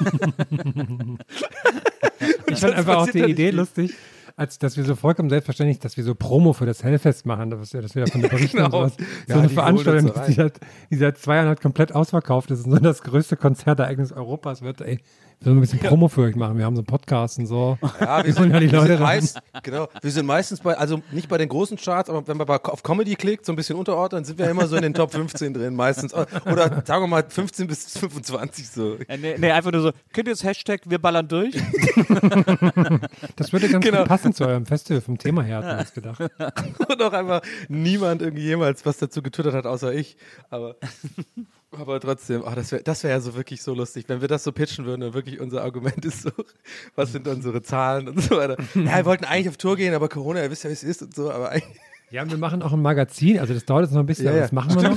Ich fand einfach auch die Idee lustig, als dass wir so vollkommen selbstverständlich, dass wir so Promo für das Hellfest machen, dass wir, dass wir davon berichten genau. und sowas. Ja, so eine die Veranstaltung, holen uns so die seit, die seit zwei Jahren halt komplett ausverkauft ist und so das größte Konzertereignis Europas wird. Ey, wir sollen ein bisschen Promo für euch machen. Wir haben so einen Podcast und so. Ja, wir holen sind, ja die wir Leute sind rein. meist, genau, wir sind meistens bei, also nicht bei den großen Charts, aber wenn man bei, auf Comedy klickt, so ein bisschen unterordnet, dann sind wir immer so in den Top fünfzehn drin meistens. Oder sagen wir mal fünfzehn bis fünfundzwanzig so. Äh, nee, nee, einfach nur so, könnt ihr das Hashtag, wir ballern durch? Das würde ganz Genau. gut passen zu eurem Festival vom Thema her, hat man das gedacht. Und auch einfach niemand irgendwie jemals was dazu getwittert hat, außer ich. Aber, aber trotzdem, oh, das wäre das wär ja so wirklich so lustig, wenn wir das so pitchen würden und wirklich unser Argument ist so, was sind unsere Zahlen und so weiter. Ja, wir wollten eigentlich auf Tour gehen, aber Corona, ihr wisst ja, wie es ist und so, aber eigentlich. Ja, und wir machen auch ein Magazin, also das dauert jetzt noch ein bisschen, Ja, aber ja. das machen wir noch.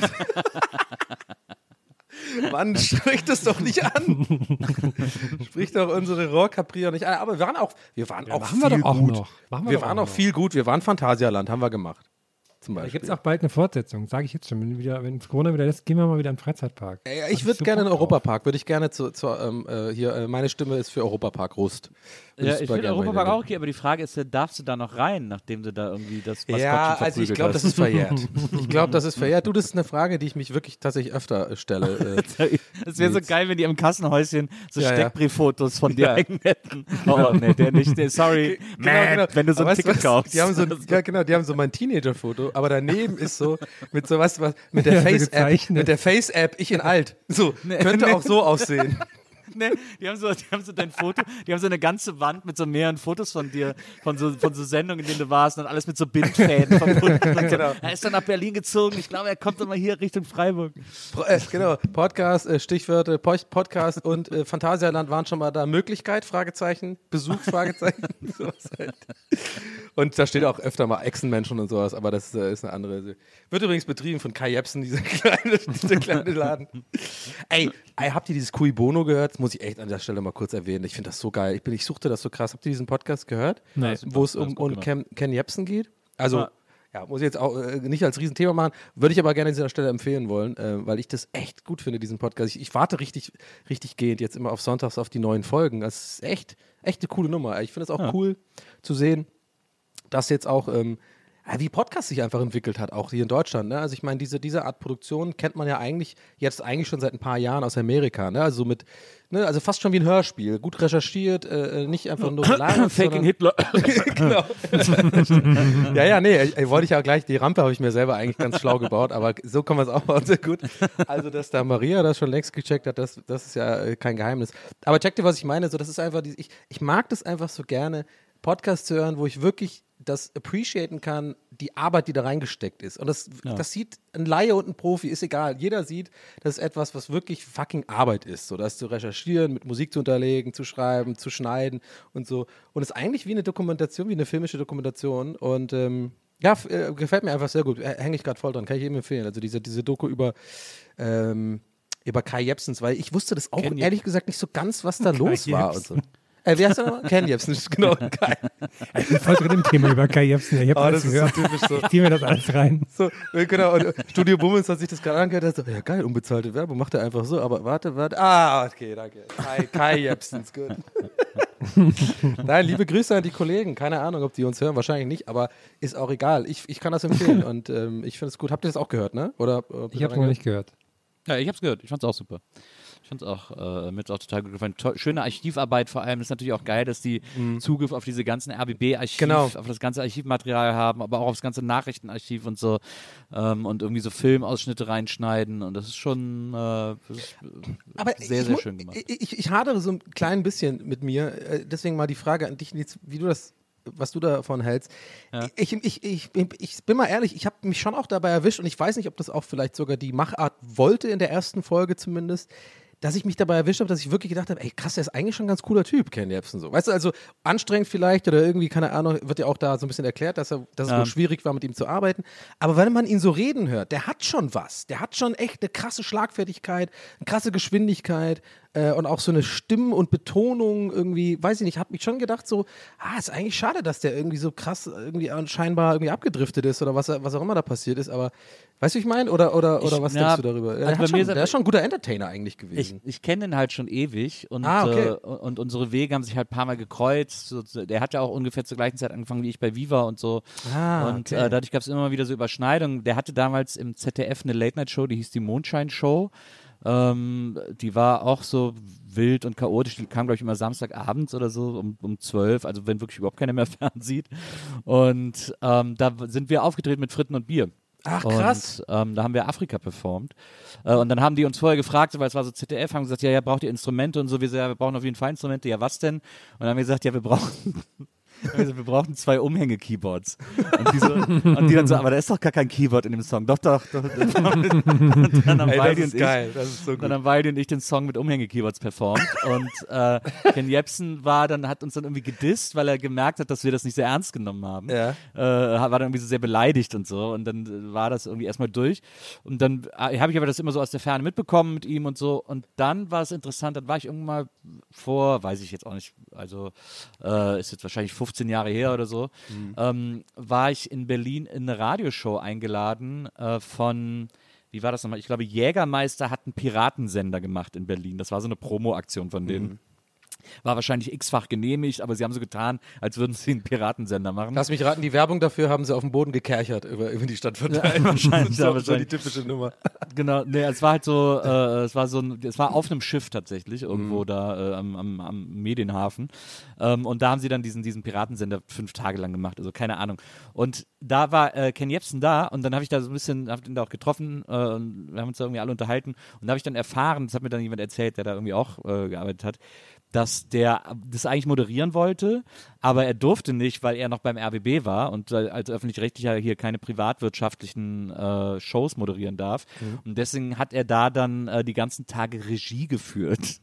Mann, sprich das doch nicht an. Sprich doch unsere Rohrkapri nicht an. Aber wir waren auch, wir waren auch machen viel wir doch auch gut. noch. Machen wir wir doch waren auch auch noch. viel gut. Wir waren Phantasialand, haben wir gemacht. Zum Da Beispiel. gibt es auch bald eine Fortsetzung, sage ich jetzt schon. Wenn, wieder, wenn Corona wieder lässt, gehen wir mal wieder in den Freizeitpark. Ey, Hab ich würde so gerne in den Bock drauf. Europapark, würde ich gerne zu, zu ähm, äh, hier, äh, meine Stimme ist für Europapark Rust. Würde Ja, super ich finde gerne mal Europapark hin. auch okay, aber die Frage ist, ja, darfst du da noch rein, nachdem du da irgendwie das Maskottchen Ja, also ich verprügelt glaube, das hast? ist verjährt. Ich glaube, das ist verjährt. Du, das ist eine Frage, die ich mich wirklich tatsächlich öfter äh, stelle. Äh, Es wäre so Nils. geil, wenn die im Kassenhäuschen so Ja, ja. Steckbrieffotos von dir Ja. hängen hätten. Oh, nee, der nicht. Nee, sorry. Genau, Matt, genau. wenn du so Aber ein weißt Ticket was? kaufst. Die haben so, ein- ja, genau, die haben so mein Teenager-Foto, aber daneben ist so mit so was, was mit der Ja, so Face-App, gezeichnet. mit der Face-App, ich in alt. So, könnte nee. auch so aussehen. Nee, die haben so, die haben so dein Foto, die haben so eine ganze Wand mit so mehreren Fotos von dir, von so, von so Sendungen, in denen du warst und alles mit so Bindfäden verbunden. Und so. Genau. Er ist dann nach Berlin gezogen. Ich glaube, er kommt immer hier Richtung Freiburg. Pro- äh, genau, Podcast, äh, Stichwörter, Post- Podcast und äh, Phantasialand waren schon mal da. Möglichkeit, Fragezeichen, Besuch, Fragezeichen. Sowas halt. Und da steht auch öfter mal Echsenmenschen und sowas, aber das äh, ist eine andere. Wird übrigens betrieben von Kai Jepsen, dieser kleine, dieser kleine Laden. Ey, ey, habt ihr dieses Cui Bono gehört? Das muss ich echt an der Stelle mal kurz erwähnen. Ich finde das so geil. Ich, bin, ich suchte das so krass. Habt ihr diesen Podcast gehört? Nein. Wo es um, Alles gut um gemacht. Ken, Ken Jepsen geht? Also, Ja. ja, muss ich jetzt auch äh, nicht als Riesenthema machen, würde ich aber gerne an dieser Stelle empfehlen wollen, äh, weil ich das echt gut finde, diesen Podcast. Ich, ich warte richtig, richtig gehend jetzt immer auf Sonntags auf die neuen Folgen. Das ist echt, echt eine coole Nummer. Ich finde es auch Ja. cool zu sehen, dass jetzt auch, ähm, ja, wie Podcast sich einfach entwickelt hat, auch hier in Deutschland. Ne? Also ich meine, diese, diese Art Produktion kennt man ja eigentlich jetzt eigentlich schon seit ein paar Jahren aus Amerika. Ne? Also mit, ne? also fast schon wie ein Hörspiel. Gut recherchiert, äh, nicht einfach nur gelabert, Faking sondern- Hitler. genau. ja, ja, nee, ich, ich wollte ich ja gleich, die Rampe habe ich mir selber eigentlich ganz schlau gebaut, aber so kann man es auch mal sehr gut. Also, dass da Maria das schon längst gecheckt hat, das, das ist ja äh, kein Geheimnis. Aber check dir, was ich meine, so, das ist einfach, die, ich, ich mag das einfach so gerne, Podcasts zu hören, wo ich wirklich das appreciaten kann, die Arbeit, die da reingesteckt ist. Und das, Ja. das sieht ein Laie und ein Profi, ist egal. Jeder sieht, das ist etwas, was wirklich fucking Arbeit ist. So, das zu recherchieren, mit Musik zu unterlegen, zu schreiben, zu schneiden und so. Und es ist eigentlich wie eine Dokumentation, wie eine filmische Dokumentation. Und ähm, ja, f- äh, gefällt mir einfach sehr gut. H- Hänge ich gerade voll dran, kann ich jedem empfehlen. Also diese, diese Doku über, ähm, über Kai Jepsens, weil ich wusste das auch Ken ehrlich gesagt nicht so ganz, was da los war. Und Jepsen. so. Äh, wie heißt der nochmal? Ken Jepsen, genau. Kai. Ich bin voll drin im Thema über Kai Jepsen. Ich habe Oh, alles das ist so gehört. typisch so. Ich ziehe mir das alles rein. So, äh, genau, und äh, Studio Bummens hat sich das gerade angehört, hat so, ja geil, unbezahlte Werbung, macht er einfach so, aber warte, warte, ah, okay, danke. Kai, Kai Jepsens, gut. Nein, liebe Grüße an die Kollegen. Keine Ahnung, ob die uns hören. Wahrscheinlich nicht, aber ist auch egal. Ich, ich kann das empfehlen und ähm, ich finde es gut. Habt ihr das auch gehört, ne? Oder, äh, Ich habe es noch nicht gehört. Ja, ich hab's gehört. Ich fand's auch super. Ich fand's auch, äh, mir hat's auch total gut gefallen. To- schöne Archivarbeit vor allem. Das ist natürlich auch geil, dass die mhm. Zugriff auf diese ganzen R B B-Archiv, genau. auf das ganze Archivmaterial haben, aber auch auf das ganze Nachrichtenarchiv und so. Ähm, und irgendwie so Filmausschnitte reinschneiden. Und das ist schon äh, das ist aber sehr, ich, sehr schön gemacht. Ich, ich, ich hadere so ein klein bisschen mit mir. Äh, deswegen mal die Frage an dich, Nils, wie du das was du davon hältst. Ja. Ich, ich, ich, ich bin mal ehrlich, ich habe mich schon auch dabei erwischt und ich weiß nicht, ob das auch vielleicht sogar die Machart wollte in der ersten Folge zumindest, dass ich mich dabei erwischt habe, dass ich wirklich gedacht habe, ey krass, der ist eigentlich schon ein ganz cooler Typ, Ken Jebsen so. Weißt du, also anstrengend vielleicht oder irgendwie, keine Ahnung, wird ja auch da so ein bisschen erklärt, dass, er, dass es ja. wohl schwierig war, mit ihm zu arbeiten. Aber wenn man ihn so reden hört, der hat schon was. Der hat schon echt eine krasse Schlagfertigkeit, eine krasse Geschwindigkeit äh, und auch so eine Stimmen- und Betonung irgendwie, weiß ich nicht, habe mich schon gedacht so, ah, ist eigentlich schade, dass der irgendwie so krass irgendwie scheinbar irgendwie abgedriftet ist oder was, was auch immer da passiert ist, aber weißt du, ich meine? Oder, oder, oder ich, was ja, denkst du darüber? Der, also hat bei mir schon, der ist schon ein guter Entertainer eigentlich gewesen. Ich, ich kenne ihn halt schon ewig und, ah, okay. äh, und unsere Wege haben sich halt ein paar Mal gekreuzt. So, der hat ja auch ungefähr zur gleichen Zeit angefangen wie ich bei Viva und so. Ah, und okay. äh, dadurch gab es immer wieder so Überschneidungen. Der hatte damals im Z D F eine Late-Night-Show, die hieß die Mondschein-Show. Ähm, die war auch so wild und chaotisch. Die kam, glaube ich, immer Samstagabends oder so um, um zwölf, also wenn wirklich überhaupt keiner mehr fernsieht. Und ähm, da sind wir aufgetreten mit Fritten und Bier. Ach, krass. Und ähm, da haben wir Afrika performt. Äh, und dann haben die uns vorher gefragt, weil es war so Z D F, haben gesagt, ja, ja, braucht ihr Instrumente und so. Wir so, ja, wir brauchen auf jeden Fall Instrumente. Ja, was denn? Und dann haben wir gesagt, ja, wir brauchen... Also wir brauchen zwei Umhänge-Keyboards. Und die, so, und die dann so, aber da ist doch gar kein Keyboard in dem Song. Doch, doch. doch. Und dann haben Ey, Waldi das ist und geil. ich, das ist so gut. dann haben Waldi und ich den Song mit Umhänge-Keyboards performt. Und äh, Ken Jebsen war dann, hat uns dann irgendwie gedisst, weil er gemerkt hat, dass wir das nicht sehr ernst genommen haben. Ja. Äh, war dann irgendwie so sehr beleidigt und so. Und dann äh, war das irgendwie erstmal durch. Und dann äh, habe ich aber das immer so aus der Ferne mitbekommen mit ihm und so. Und dann war es interessant, dann war ich irgendwann mal vor, weiß ich jetzt auch nicht, also äh, ist jetzt wahrscheinlich fünfzehn Jahre her oder so, mhm. ähm, war ich in Berlin in eine Radioshow eingeladen äh, von, wie war das nochmal? Ich glaube, Jägermeister hat einen Piratensender gemacht in Berlin. Das war so eine Promo-Aktion von denen. Mhm. War wahrscheinlich x-fach genehmigt, aber sie haben so getan, als würden sie einen Piratensender machen. Lass mich raten, die Werbung dafür haben sie auf dem Boden gekerchert, über, über die Stadt verteilt. Ja, wahrscheinlich, so, ja, so wahrscheinlich. die typische Nummer. Genau, nee, es war halt so, äh, es war so ein, es war auf einem Schiff tatsächlich, irgendwo mhm. da äh, am, am, am Medienhafen. Ähm, und da haben sie dann diesen, diesen Piratensender fünf Tage lang gemacht, also keine Ahnung. Und da war äh, Ken Jebsen da und dann habe ich da so ein bisschen, hab ihn da auch getroffen äh, und wir haben uns da irgendwie alle unterhalten und da habe ich dann erfahren, das hat mir dann jemand erzählt, der da irgendwie auch äh, gearbeitet hat, dass der das eigentlich moderieren wollte, aber er durfte nicht, weil er noch beim R B B war und äh, als Öffentlich-Rechtlicher hier keine privatwirtschaftlichen äh, Shows moderieren darf. Mhm. Und deswegen hat er da dann äh, die ganzen Tage Regie geführt.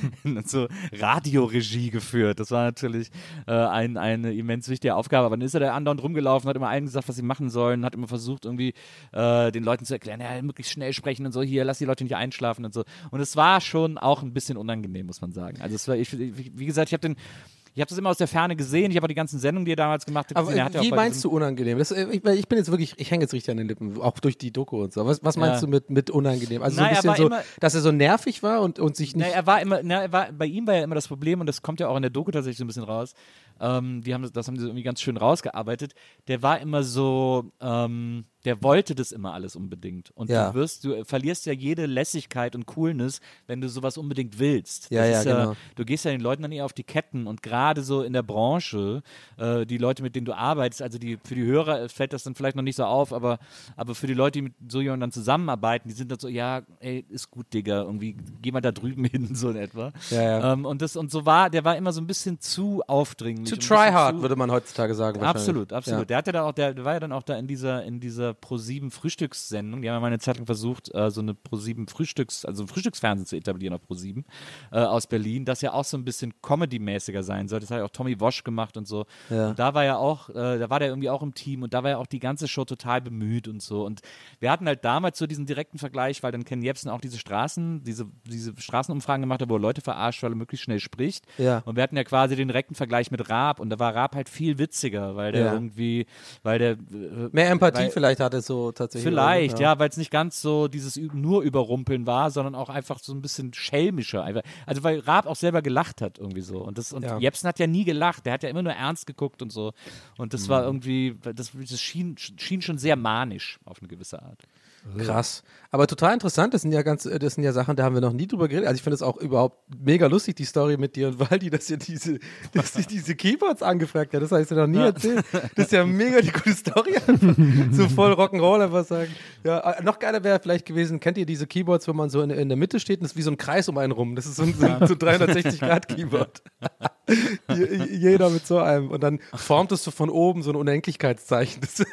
So Radioregie geführt. Das war natürlich äh, ein, eine immens wichtige Aufgabe. Aber dann ist er da andauernd rumgelaufen, hat immer allen gesagt, was sie machen sollen, hat immer versucht, irgendwie äh, den Leuten zu erklären, ja, möglichst schnell sprechen und so, hier, lass die Leute nicht einschlafen und so. Und es war schon auch ein bisschen unangenehm, muss man sagen. Also es war, ich, wie gesagt, ich habe den Ich habe das immer aus der Ferne gesehen. Ich habe auch die ganzen Sendungen, die er damals gemacht hat. Aber gesehen. Er hat wie ja meinst du unangenehm? Das, ich, ich bin jetzt wirklich, ich hänge jetzt richtig an den Lippen, auch durch die Doku und so. Was, was meinst ja. du mit, mit unangenehm? Also Nein, so ein bisschen so, immer, dass er so nervig war und, und sich nicht... Na, er war immer, na, er war, bei ihm war ja immer das Problem, und das kommt ja auch in der Doku tatsächlich so ein bisschen raus, ähm, die haben, das haben sie irgendwie ganz schön rausgearbeitet, der war immer so, ähm, der wollte das immer alles unbedingt. Und ja. du wirst, du verlierst ja jede Lässigkeit und Coolness, wenn du sowas unbedingt willst. Ja, das ja, ist, genau. Äh, du gehst ja den Leuten dann eher auf die Ketten und gerade so in der Branche, äh, die Leute, mit denen du arbeitest, also die, für die Hörer fällt das dann vielleicht noch nicht so auf, aber, aber für die Leute, die mit so jemandem dann zusammenarbeiten, die sind dann so, ja, ey, ist gut, Digga, irgendwie, geh mal da drüben hin, so in etwa. Ja, ja. Ähm, und, das, und so war, der war immer so ein bisschen zu aufdringlich. Zu und ein tryhard, zu, würde man heutzutage sagen. Absolut, absolut. Ja. Der hatte da auch, der, der war ja dann auch da in dieser, in dieser ProSieben Frühstückssendung. Die haben ja mal eine Zeit lang versucht, äh, so eine ProSieben Frühstücks, also ein Frühstücksfernsehen zu etablieren auf ProSieben äh, aus Berlin, das ja auch so ein bisschen Comedy-mäßiger sein soll. Das hat ja auch Tommy Walsh gemacht und so. Ja. Und da war ja auch, äh, da war der irgendwie auch im Team und da war ja auch die ganze Show total bemüht und so. Und wir hatten halt damals so diesen direkten Vergleich, weil dann Ken Jebsen auch diese Straßen, diese, diese Straßenumfragen gemacht hat, wo er Leute verarscht, weil er möglichst schnell spricht. Ja. Und wir hatten ja quasi den direkten Vergleich mit Raab und da war Raab halt viel witziger, weil der Ja. irgendwie, weil der äh, Mehr Empathie weil, vielleicht hatte, so tatsächlich. Vielleicht, auch, ja, weil es nicht ganz so dieses Ü- nur Überrumpeln war, sondern auch einfach so ein bisschen schelmischer. Einfach. Also weil Raab auch selber gelacht hat irgendwie so. Und, das, und Ja. Jepsen hat ja nie gelacht, der hat ja immer nur ernst geguckt und so. Und das war irgendwie, das, das schien, schien schon sehr manisch auf eine gewisse Art. Krass. Aber total interessant, das sind ja ganz, das sind ja Sachen, da haben wir noch nie drüber geredet. Also ich finde es auch überhaupt mega lustig, die Story mit dir und Waldi, dass ihr diese, dass ihr diese Keyboards angefragt hat. Das hast du noch nie erzählt. Das ist ja mega die gute Story. So voll Rock'n'Roll einfach sagen. Ja, äh, noch geiler wäre vielleicht gewesen, kennt ihr diese Keyboards, wo man so in, in der Mitte steht und es ist wie so ein Kreis um einen rum. Das ist so ein, so ein so dreihundertsechzig Grad Keyboard. Je- Jeder mit so einem. Und dann formt es so von oben so ein Unendlichkeitszeichen. Das,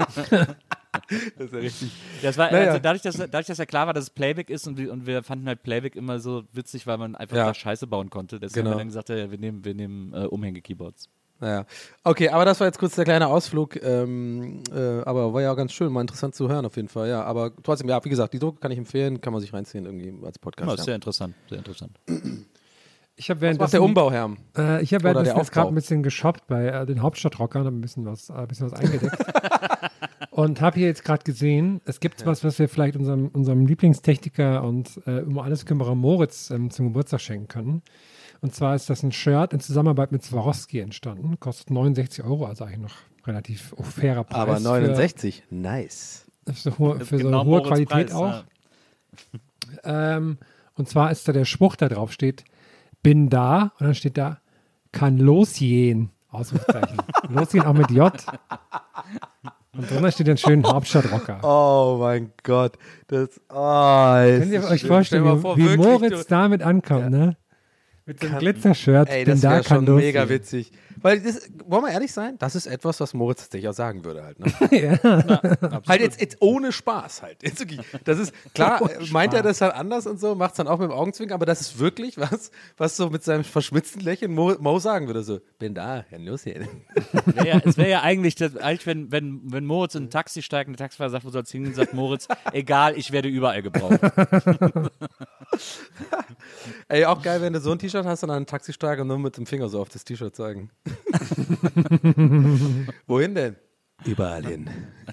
das ist ja richtig. Das war, Naja. also dadurch, dass, dadurch, dass ja klar war, dass es Playback ist und wir, und wir fanden halt Playback immer so witzig, weil man einfach Ja. da Scheiße bauen konnte. Deswegen Genau. haben wir dann gesagt, ja, wir nehmen, wir nehmen äh, Umhänge-Keyboards. Naja. Okay, aber das war jetzt kurz der kleine Ausflug. Ähm, äh, aber war ja ganz schön, mal interessant zu hören auf jeden Fall. Ja, aber trotzdem, ja, wie gesagt, die Doku kann ich empfehlen, kann man sich reinziehen irgendwie als Podcast. Ja, Ja. sehr interessant, sehr interessant. Ich habe Was macht der Umbauherr? Äh, ich habe Oder währenddessen der jetzt gerade Aufbau? ein bisschen geshoppt bei äh, den Hauptstadtrockern, habe ein bisschen was, äh, ein bisschen was eingedeckt. Und habe hier jetzt gerade gesehen, es gibt was, was wir vielleicht unserem, unserem Lieblingstechniker und äh, um alles Kümmerer Moritz ähm, zum Geburtstag schenken können. Und zwar ist das ein Shirt in Zusammenarbeit mit Swarovski entstanden. Kostet neunundsechzig Euro, also eigentlich noch relativ fairer Preis. Aber neunundsechzig, nice. Für, für so, hohe, für so Genau eine hohe Moritz Qualität Preis, auch. Ähm, und zwar ist da der Spruch, da drauf steht, bin da, und dann steht da, kann losgehen, Ausrufezeichen. Losgehen auch mit J. Und drunter steht dann schön Hauptstadtrocker. Oh mein Gott. Das, oh, Könnt ihr euch vorstellen, mal wie, vor, wie wirklich, Moritz du- damit ankommt, ne? Mit so einem Kann- Glitzershirt, Ey, bin das da, wäre kann schon losgehen. mega witzig. Weil, das, wollen wir ehrlich sein, das ist etwas, was Moritz tatsächlich auch sagen würde halt. Ne? Ja. Halt jetzt, jetzt ohne Spaß halt. Jetzt wirklich. Das ist, klar, Ohne äh, meint er das halt anders und so, macht es dann auch mit dem Augenzwinkern, aber das ist wirklich was, was so mit seinem verschmitzten Lächeln Mo, Mo sagen würde. So, bin da, Herr Nusschen. Wär ja, es wäre ja eigentlich, das, eigentlich wenn, wenn, wenn Moritz in ein Taxi steigt und der Taxifahrer sagt, wo soll es hingehen, sagt Moritz, egal, ich werde überall gebraucht. Ey, auch geil, wenn du so ein T-Shirt hast und dann einen Taxisteiger und nur mit dem Finger so auf das T-Shirt zeigen. Wohin denn? Überall hin.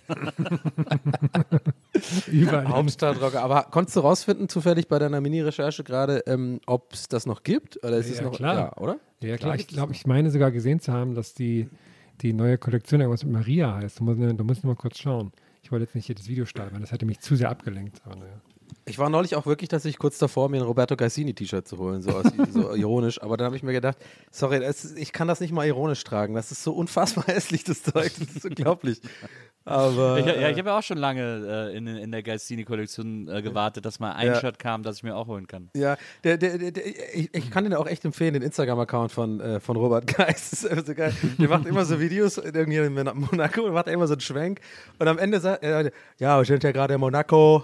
Überall. Hauptstadtrocker. Aber konntest du rausfinden, zufällig bei deiner Mini-Recherche gerade, ähm, ob es das noch gibt? Oder ist Ja, es noch klar. Ja, oder? Ja, klar, ich glaube, ich meine sogar gesehen zu haben, dass die, die neue Kollektion irgendwas mit Maria heißt. Da muss, da muss ich mal kurz schauen. Ich wollte jetzt nicht hier das Video starten, weil das hätte mich zu sehr abgelenkt. Aber naja. Ich war neulich auch wirklich, dass ich kurz davor, mir ein Roberto Gassini-T-Shirt zu holen, so, aus, so ironisch. Aber dann habe ich mir gedacht, sorry, das ist, ich kann das nicht mal ironisch tragen. Das ist so unfassbar hässlich, das Zeug. Das ist unglaublich. Aber, Ich, ja, äh, ich habe ja auch schon lange äh, in, in der Gaistini-Kollektion äh, gewartet, dass mal ein Ja. Shirt kam, das ich mir auch holen kann. Ja, der, der, der, der, ich, ich kann den auch echt empfehlen, den Instagram-Account von, äh, von Robert Geis. Das ist einfach so geil. Der macht immer so Videos irgendwie in Monaco und macht immer so einen Schwenk. Und am Ende sagt er, ja, wir sind ja gerade in Monaco.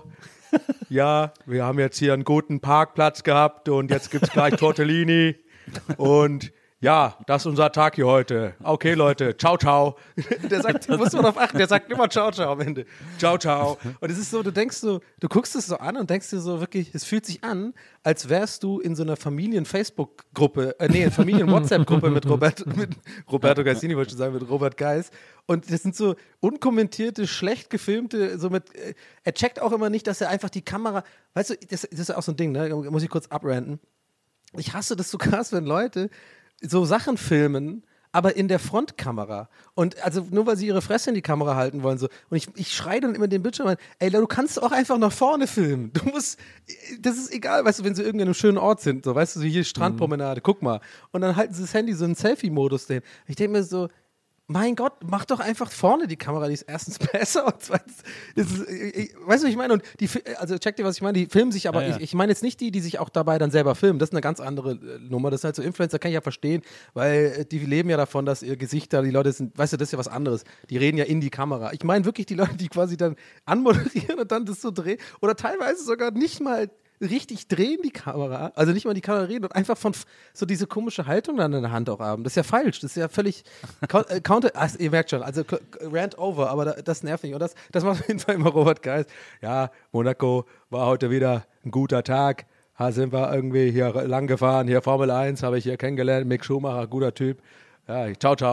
Ja, wir haben jetzt hier einen guten Parkplatz gehabt und jetzt gibt es gleich Tortellini. Und ja, das ist unser Tag hier heute. Okay, Leute, ciao, ciao. Der sagt, muss man darauf achten, der sagt immer ciao, ciao am Ende. Ciao, ciao. Und es ist so, du denkst so, du guckst es so an und denkst dir so wirklich, es fühlt sich an, als wärst du in so einer Familien-Facebook-Gruppe, äh, nee, Familien-WhatsApp-Gruppe mit, Robert, mit Roberto Gassini, wollte ich schon sagen, mit Robert Geis. Und das sind so unkommentierte, schlecht gefilmte, so mit, äh, er checkt auch immer nicht, dass er einfach die Kamera, weißt du, das, das ist auch so ein Ding, ne, muss ich kurz abranten. Ich hasse das so krass, wenn Leute so Sachen filmen, aber in der Frontkamera. Und also nur weil sie ihre Fresse in die Kamera halten wollen. So. Und ich, ich schreie dann immer in den Bildschirm an, ey, du kannst auch einfach nach vorne filmen. Du musst, das ist egal, weißt du, wenn sie irgendwo in einem schönen Ort sind, so, weißt du, so hier Strandpromenade, guck mal. Und dann halten sie das Handy so in Selfie-Modus drin. Ich denke mir so, mein Gott, mach doch einfach vorne die Kamera, die ist erstens besser und zweitens, das ist, ich, weißt du, was ich meine? Und die, also check dir, was ich meine, die filmen sich, aber Ja, ja. ich, ich meine jetzt nicht die, die sich auch dabei dann selber filmen, das ist eine ganz andere äh, Nummer, das sind halt so Influencer, kann ich ja verstehen, weil äh, die leben ja davon, dass ihr Gesicht da, die Leute sind, weißt du, das ist ja was anderes, die reden ja in die Kamera. Ich meine wirklich die Leute, die quasi dann anmoderieren und dann das so drehen oder teilweise sogar nicht mal richtig drehen die Kamera, also nicht mal die Kamera reden und einfach von f- so diese komische Haltung dann in der Hand auch haben. Das ist ja falsch, das ist ja völlig cou- äh, counter, ach, ihr merkt schon, also c- rant over, aber da, das nervt mich und das, das macht auf jeden Fall immer Robert Geis. Ja, Monaco war heute wieder ein guter Tag, ha, sind wir irgendwie hier lang gefahren, hier Formel eins habe ich hier kennengelernt, Mick Schumacher, guter Typ. Ja, ciao, ciao.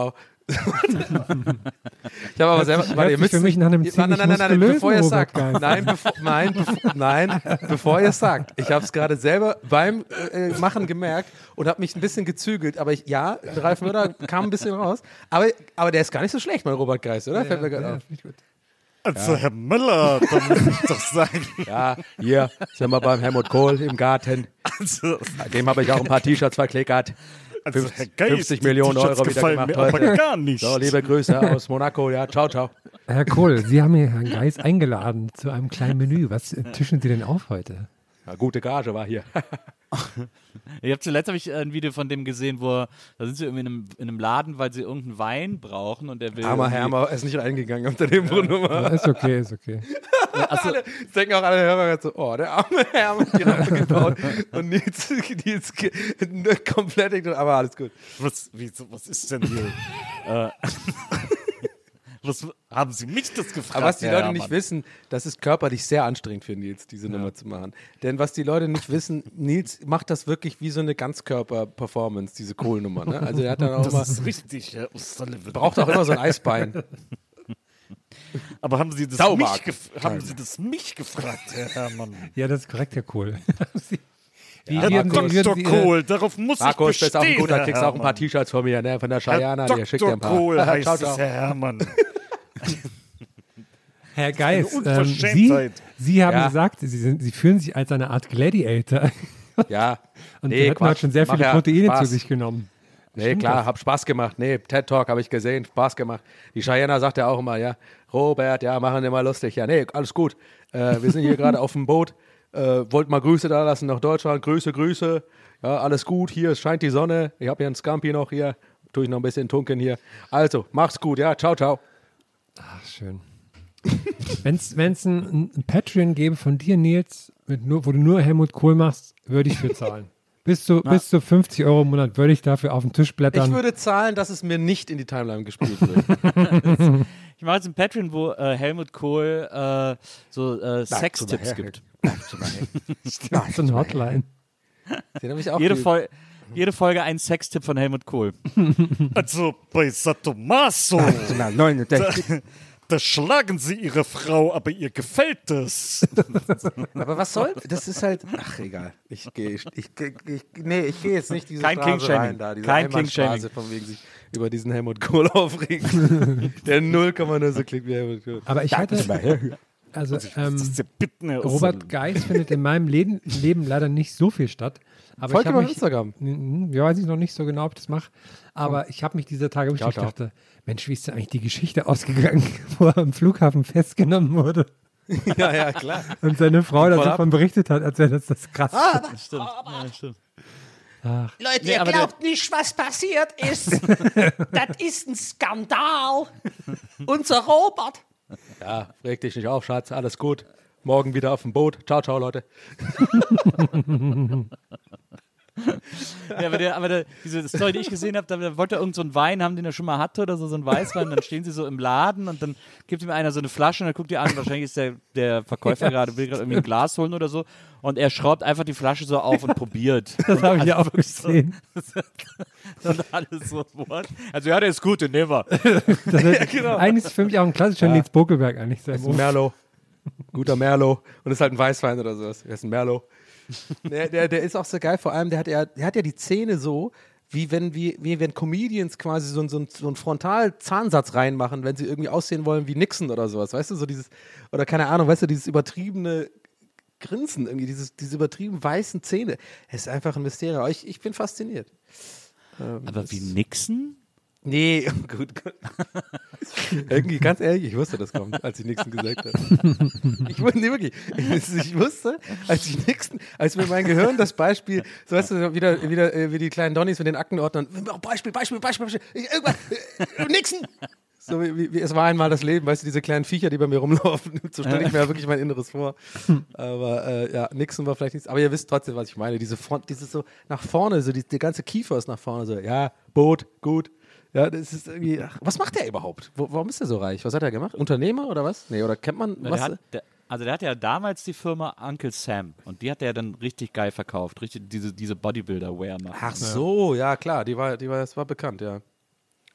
Ich habe aber selber, sich- warte, ihr hört sich müsst für mich nach einem nein, ziemlich nein, nein, nein, muskulösen bevor ihr es Robert sagt, Geis. nein, bevor, nein, bevor, nein, bevor ihr es sagt. Ich habe es gerade selber beim äh, Machen gemerkt und habe mich ein bisschen gezügelt, aber ich, ja, Ralf Möller kam ein bisschen raus, aber, aber der ist gar nicht so schlecht, mein Robert Geis, oder? Fällt mir gerade Ja, auf. finde ich gut. Also, Herr Müller, da muss ich doch sagen. Ja, hier sind wir beim Helmut Kohl im Garten. Also, Dem habe ich auch ein paar T-Shirts verklickert. also Herr Geis, fünfzig die Millionen T-Shirts Euro wieder gefallen gemacht mir aber heute. gar nicht. So, liebe Grüße aus Monaco. Ja, ciao, ciao. Herr Kohl, Sie haben hier Herrn Geis eingeladen zu einem kleinen Menü. Was äh, tischen Sie denn auf heute? Ja, gute Gage war hier. Ich habe zuletzt hab ich ein Video von dem gesehen, wo er- da sind sie irgendwie in einem, in einem Laden, weil sie irgendeinen Wein brauchen und der will. Armer irgendwie- Hermer ist nicht reingegangen auf der Telefonnummer. Ja, ist okay, ist okay. Alle, das denken auch alle Hörer jetzt so, oh, der arme Hermer hat die Rampe gebaut und Nils, Nils ge- komplett ignoriert, aber alles gut. Was, wieso, was ist denn hier? äh, was, haben Sie mich das gefragt? Aber was die Herr Leute Herrmann? nicht wissen, das ist körperlich sehr anstrengend für Nils, diese Nummer zu machen. Denn was die Leute nicht wissen, Nils macht das wirklich wie so eine Ganzkörper-Performance, diese Kohlnummer. Ne? Also er hat dann auch Das immer, ist richtig, Herr O'Sullivan. braucht auch immer so ein Eisbein. Aber haben Sie das, Saumarkt. mich, gef haben Sie das mich gefragt, Herr Herrmann? Ja, das ist korrekt, Herr Kohl. Sie, wie Ja, würden Markus, Sie, würden Doktor Sie Ihre- Kohl, darauf muss Markus, ich du bist auch ein bestehen, guter, Herr kriegst auch ein paar Herrmann. T-Shirts von mir, ne? Von der Herr Cheyenne, der schickt dir ein Doktor paar. Kohl heißt ciao, es, ciao. Herr Herrmann. Herr Geis, Eine ähm, Sie, Unverschämtheit. Sie haben Ja. gesagt, Sie, sind, Sie fühlen sich als eine Art Gladiator. Ja. Und Nee, Sie hätten Quatsch. heute schon sehr Mach viele ja Proteine Spaß. zu sich genommen. Nee, Stimmt klar, das? hab Spaß gemacht. Nee, TED Talk habe ich gesehen, Spaß gemacht. Die Cheyenne sagt ja auch immer, ja, Robert, ja, machen immer lustig. Ja, nee, alles gut. Äh, wir sind hier gerade auf dem Boot. Äh, wollt mal Grüße da lassen nach Deutschland. Grüße, Grüße. Ja, alles gut. Hier scheint die Sonne. Ich habe hier einen Scampi noch hier. Tue ich noch ein bisschen tunken hier. Also, mach's gut. Ja, ciao, ciao. Ach, schön. Wenn es ein, ein Patreon gäbe von dir, Nils, mit nur, wo du nur Helmut Kohl machst, würde ich für zahlen. Bis zu, bis zu fünfzig Euro im Monat würde ich dafür auf den Tisch blättern. Ich würde zahlen, dass es mir nicht in die Timeline gespielt wird. Ich mache jetzt ein Patreon, wo äh, Helmut Kohl äh, so äh, Sextipps her. gibt. so eine Hotline. Den habe ich auch Jede, ge- Fol jede Folge ein Sextipp von Helmut Kohl. Also bei Satomaso, da, da schlagen Sie Ihre Frau, aber ihr gefällt es. Aber was soll? Das ist halt. Ach, egal. Ich gehe. Ich, ich, ich, nee, ich gehe jetzt nicht diese Kein Straße King-Shaming. rein da. Diese Kein Einbahnstraße, King-Shaming. von wegen sich über diesen Helmut Kohl aufregen. Der null Komma null so klingt wie Helmut Kohl. Aber ich hatte, also ähm, Das ist ja bitten, Herr Robert O'Sullivan. Geis findet in meinem Leben, Leben leider nicht so viel statt. Aber Folgt ich ihm habe auf mich, Instagram. Mhm, ja, weiß ich noch nicht so genau, ob ich das mache. Aber ich habe mich dieser Tage wirklich, Ciao, ich ciao. dachte, Mensch, wie ist denn eigentlich die Geschichte ausgegangen, wo er am Flughafen festgenommen wurde Ja, ja, klar. und seine Frau Voll dann ab. davon berichtet hat, als wäre das das Krasse. Stimmt. Ja, stimmt. Leute, Nee, ihr aber der- glaubt nicht, was passiert ist. Das ist ein Skandal. Unser Robert. Ja, reg dich nicht auf, Schatz. Alles gut. Morgen wieder auf dem Boot. Ciao, ciao, Leute. Ja, aber der, aber der, diese Story, die ich gesehen habe, da, da wollte er irgend so einen Wein haben, den er schon mal hatte oder so, so einen Weißwein. Dann stehen sie so im Laden und dann gibt ihm einer so eine Flasche und dann guckt ihr an. Wahrscheinlich ist der, der Verkäufer gerade, will gerade irgendwie ein Glas holen oder so. Und er schraubt einfach die Flasche so auf und probiert. Das habe ich ja auch gesehen. Und alles so, what? Also ja, der ist gut, den nehmen wir. Das ist, Eigentlich ist für mich auch ein klassischer Nils Bokelberg eigentlich. Sein Das ist ein Merlot. Guter Merlot. Und das ist halt ein Weißwein oder sowas. Das ist ein Merlot. Der, der, der ist auch so geil. Vor allem, der hat ja, der hat ja die Zähne so, wie wenn, wie, wie wenn Comedians quasi so, so, so einen Frontal-Zahnsatz reinmachen, wenn sie irgendwie aussehen wollen wie Nixon oder sowas. Weißt du, so dieses, oder keine Ahnung, weißt du, dieses übertriebene Grinsen, irgendwie, dieses, diese übertrieben weißen Zähne. Es ist einfach ein Mysterium. Ich, ich bin fasziniert. Aber wie Nixon? Nee, gut, gut. Irgendwie, ganz ehrlich, ich wusste, das kommt, als ich Nixon gesagt habe. Ich wusste, nee, wirklich, ich, ich wusste, als ich Nixon, als mir mein Gehirn das Beispiel, so weißt du, wieder, wieder äh, wie die kleinen Donnies mit den Aktenordnern, oh, Beispiel, Beispiel, Beispiel, Beispiel, ich, irgendwann, äh, Nixon! So wie, wie, wie, es war einmal das Leben, weißt du, diese kleinen Viecher, die bei mir rumlaufen, so stelle ich mir ja wirklich mein Inneres vor. Aber äh, ja, Nixon war vielleicht nichts, aber ihr wisst trotzdem, was ich meine, diese Front, dieses so nach vorne, so die, der ganze Kiefer ist nach vorne, so, ja, Boot, gut. Ja, das ist irgendwie. Ach, was macht der überhaupt? Wo, warum ist er so reich? Was hat er gemacht? Unternehmer oder was? Nee, oder kennt man Der was? hat, der, also der hatte ja damals die Firma Uncle Sam und die hat er dann richtig geil verkauft, richtig diese, diese Bodybuilder-Wear machen. Ach so, ja klar, die war, die war, das war bekannt, ja.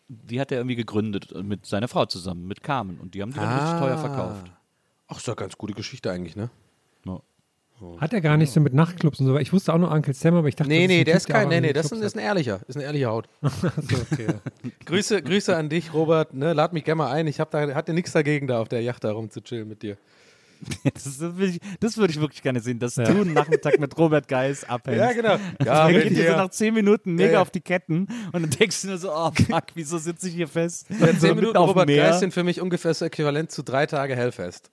die hat er irgendwie gegründet mit seiner Frau zusammen, mit Carmen. Und die haben die dann Ah. richtig teuer verkauft. Ach, ist doch eine ganz gute Geschichte eigentlich, ne? Ja. Hat er gar nicht so mit Nachtclubs und so. Ich wusste auch nur Uncle Sam, aber ich dachte, Nee, das nee, ein der Typ, ist kein, auch nee, nee, irgendwie das ist ein, Clubs ist ein ehrlicher, ist eine ehrliche Haut. hat. So, okay. Grüße, Grüße an dich, Robert, ne, lad mich gerne mal ein. Ich hab da, hatte nichts dagegen, da auf der Yacht da rum zu chillen mit dir. Das, ist- das, will ich, das würde ich wirklich gerne sehen, dass Ja. du einen Nachmittag mit Robert Geis abhängst. Ja, genau. Ja, Ja, er wenn geht dir so ihr, nach zehn Minuten mega Ja, ja. auf die Ketten und dann denkst du nur so, oh fuck, wieso sitze ich hier fest? ja, So zehn mitten Minuten auf dem Robert Meer. Geis sind für mich ungefähr das Äquivalent zu drei Tage Hellfest.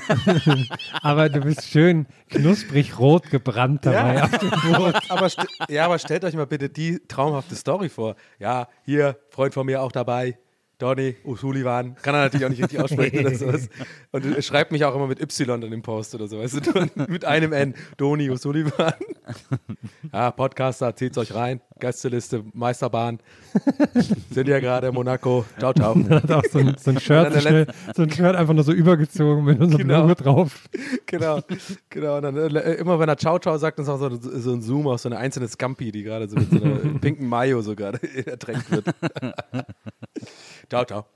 Aber du bist schön knusprig rot gebrannt dabei auf dem Boot. aber, st ja, aber stellt euch mal bitte die traumhafte Story vor. Ja, hier, Freund von mir auch dabei, Donny O'Sullivan. Kann er natürlich auch nicht richtig aussprechen oder sowas. Und er schreibt mich auch immer mit Y dann im Post oder so, weißt du, mit einem N. Donny O'Sullivan. Ja, Podcaster, zieht's euch rein. Gästeliste, Meisterbahn. Sind ja gerade in Monaco. Ciao, ciao. Hat auch so ein, so ein Shirt, Und so, dann der schnell, so ein Shirt einfach nur so übergezogen mit unserem Genau. Logo drauf. Genau, genau. Und dann äh, immer wenn er Ciao Ciao sagt, dann ist auch so, so ein Zoom auf so eine einzelne Scampi, die gerade so mit so einer pinken Mayo so gerade ertränkt wird. Ciao, ciao.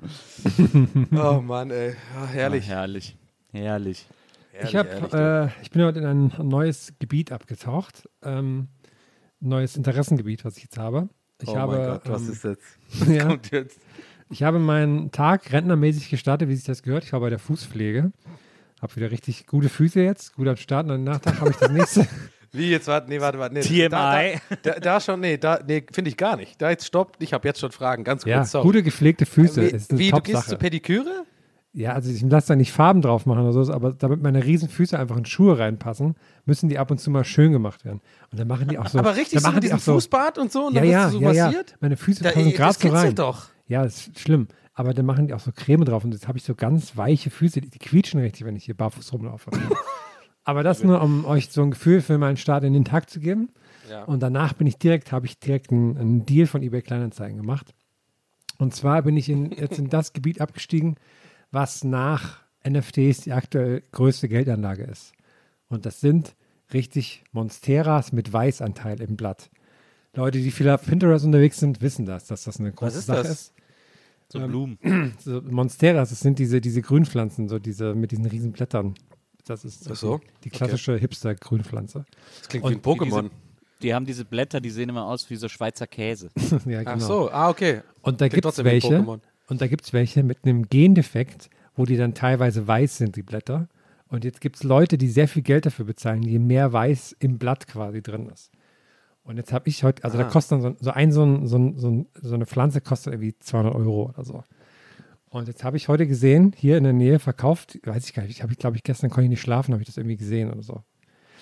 Oh Mann, ey. Ja, herrlich. Ah, herrlich. Herrlich. Ich, Herrlich, hab, herrlich, äh, ich bin heute in ein neues Gebiet abgetaucht. Ähm, neues Interessengebiet, was ich jetzt habe. Ich oh habe, mein Gott, was ähm, ist jetzt? ja, Kommt jetzt. ich habe meinen Tag rentnermäßig gestartet, wie sich das gehört. Ich war bei der Fußpflege. Habe wieder richtig gute Füße jetzt, gut am Start. Und danach habe ich das nächste. Wie jetzt? Warte, nee, warte, warte. Nee, T M I. Da, da, da schon, nee, da, nee, finde ich gar nicht. Da jetzt stoppt. Ich habe jetzt schon Fragen, ganz kurz. Ja, sorry. gute gepflegte Füße wie, ist eine wie du gehst Top-Sache. zur Pediküre? Ja, also ich lasse da nicht Farben drauf machen oder so, aber damit meine riesen Füße einfach in Schuhe reinpassen, müssen die ab und zu mal schön gemacht werden. Und dann machen die auch so. Aber richtig dann so machen mit die diesem auch so, Fußbad und so und ja, dann ja, wirst du so ja, ja. massiert? Meine Füße Da, passen gerade das so kitzelt rein. doch. Ja, das ist schlimm. Aber dann machen die auch so Creme drauf und jetzt habe ich so ganz weiche Füße, die, die quietschen richtig, wenn ich hier barfuß rumlaufe. Aber das nur, um euch so ein Gefühl für meinen Start in den Tag zu geben. Ja. Und danach bin ich direkt, habe ich direkt einen, einen Deal von eBay Kleinanzeigen gemacht. Und zwar bin ich in, jetzt in das Gebiet abgestiegen, was nach N F Ts die aktuell größte Geldanlage ist. Und das sind richtig Monsteras mit Weißanteil im Blatt. Leute, die viel auf Pinterest unterwegs sind, wissen das, dass das eine große ist Sache das? ist. So Ähm, Blumen. So Monsteras, das sind diese, diese Grünpflanzen, so diese mit diesen riesen Blättern. Das ist so Ach so, die, die klassische Hipster-Grünpflanze. Das klingt Und wie ein Pokémon. Die haben diese Blätter, die sehen immer aus wie so Schweizer Käse. Ja, genau. Ach so, ah, okay. Und da Klingt gibt es trotzdem wie ein welche, Pokémon. und da gibt's welche mit einem Gendefekt, wo die dann teilweise weiß sind, die Blätter. Und jetzt gibt es Leute, die sehr viel Geld dafür bezahlen, je mehr Weiß im Blatt quasi drin ist. Und jetzt habe ich heute, also Ah. da kostet dann so, so ein, so, ein, so, ein, so, ein, so eine Pflanze kostet irgendwie zweihundert Euro oder so. Und jetzt habe ich heute gesehen, hier in der Nähe verkauft, weiß ich gar nicht, habe ich glaube ich gestern konnte ich nicht schlafen, habe ich das irgendwie gesehen oder so.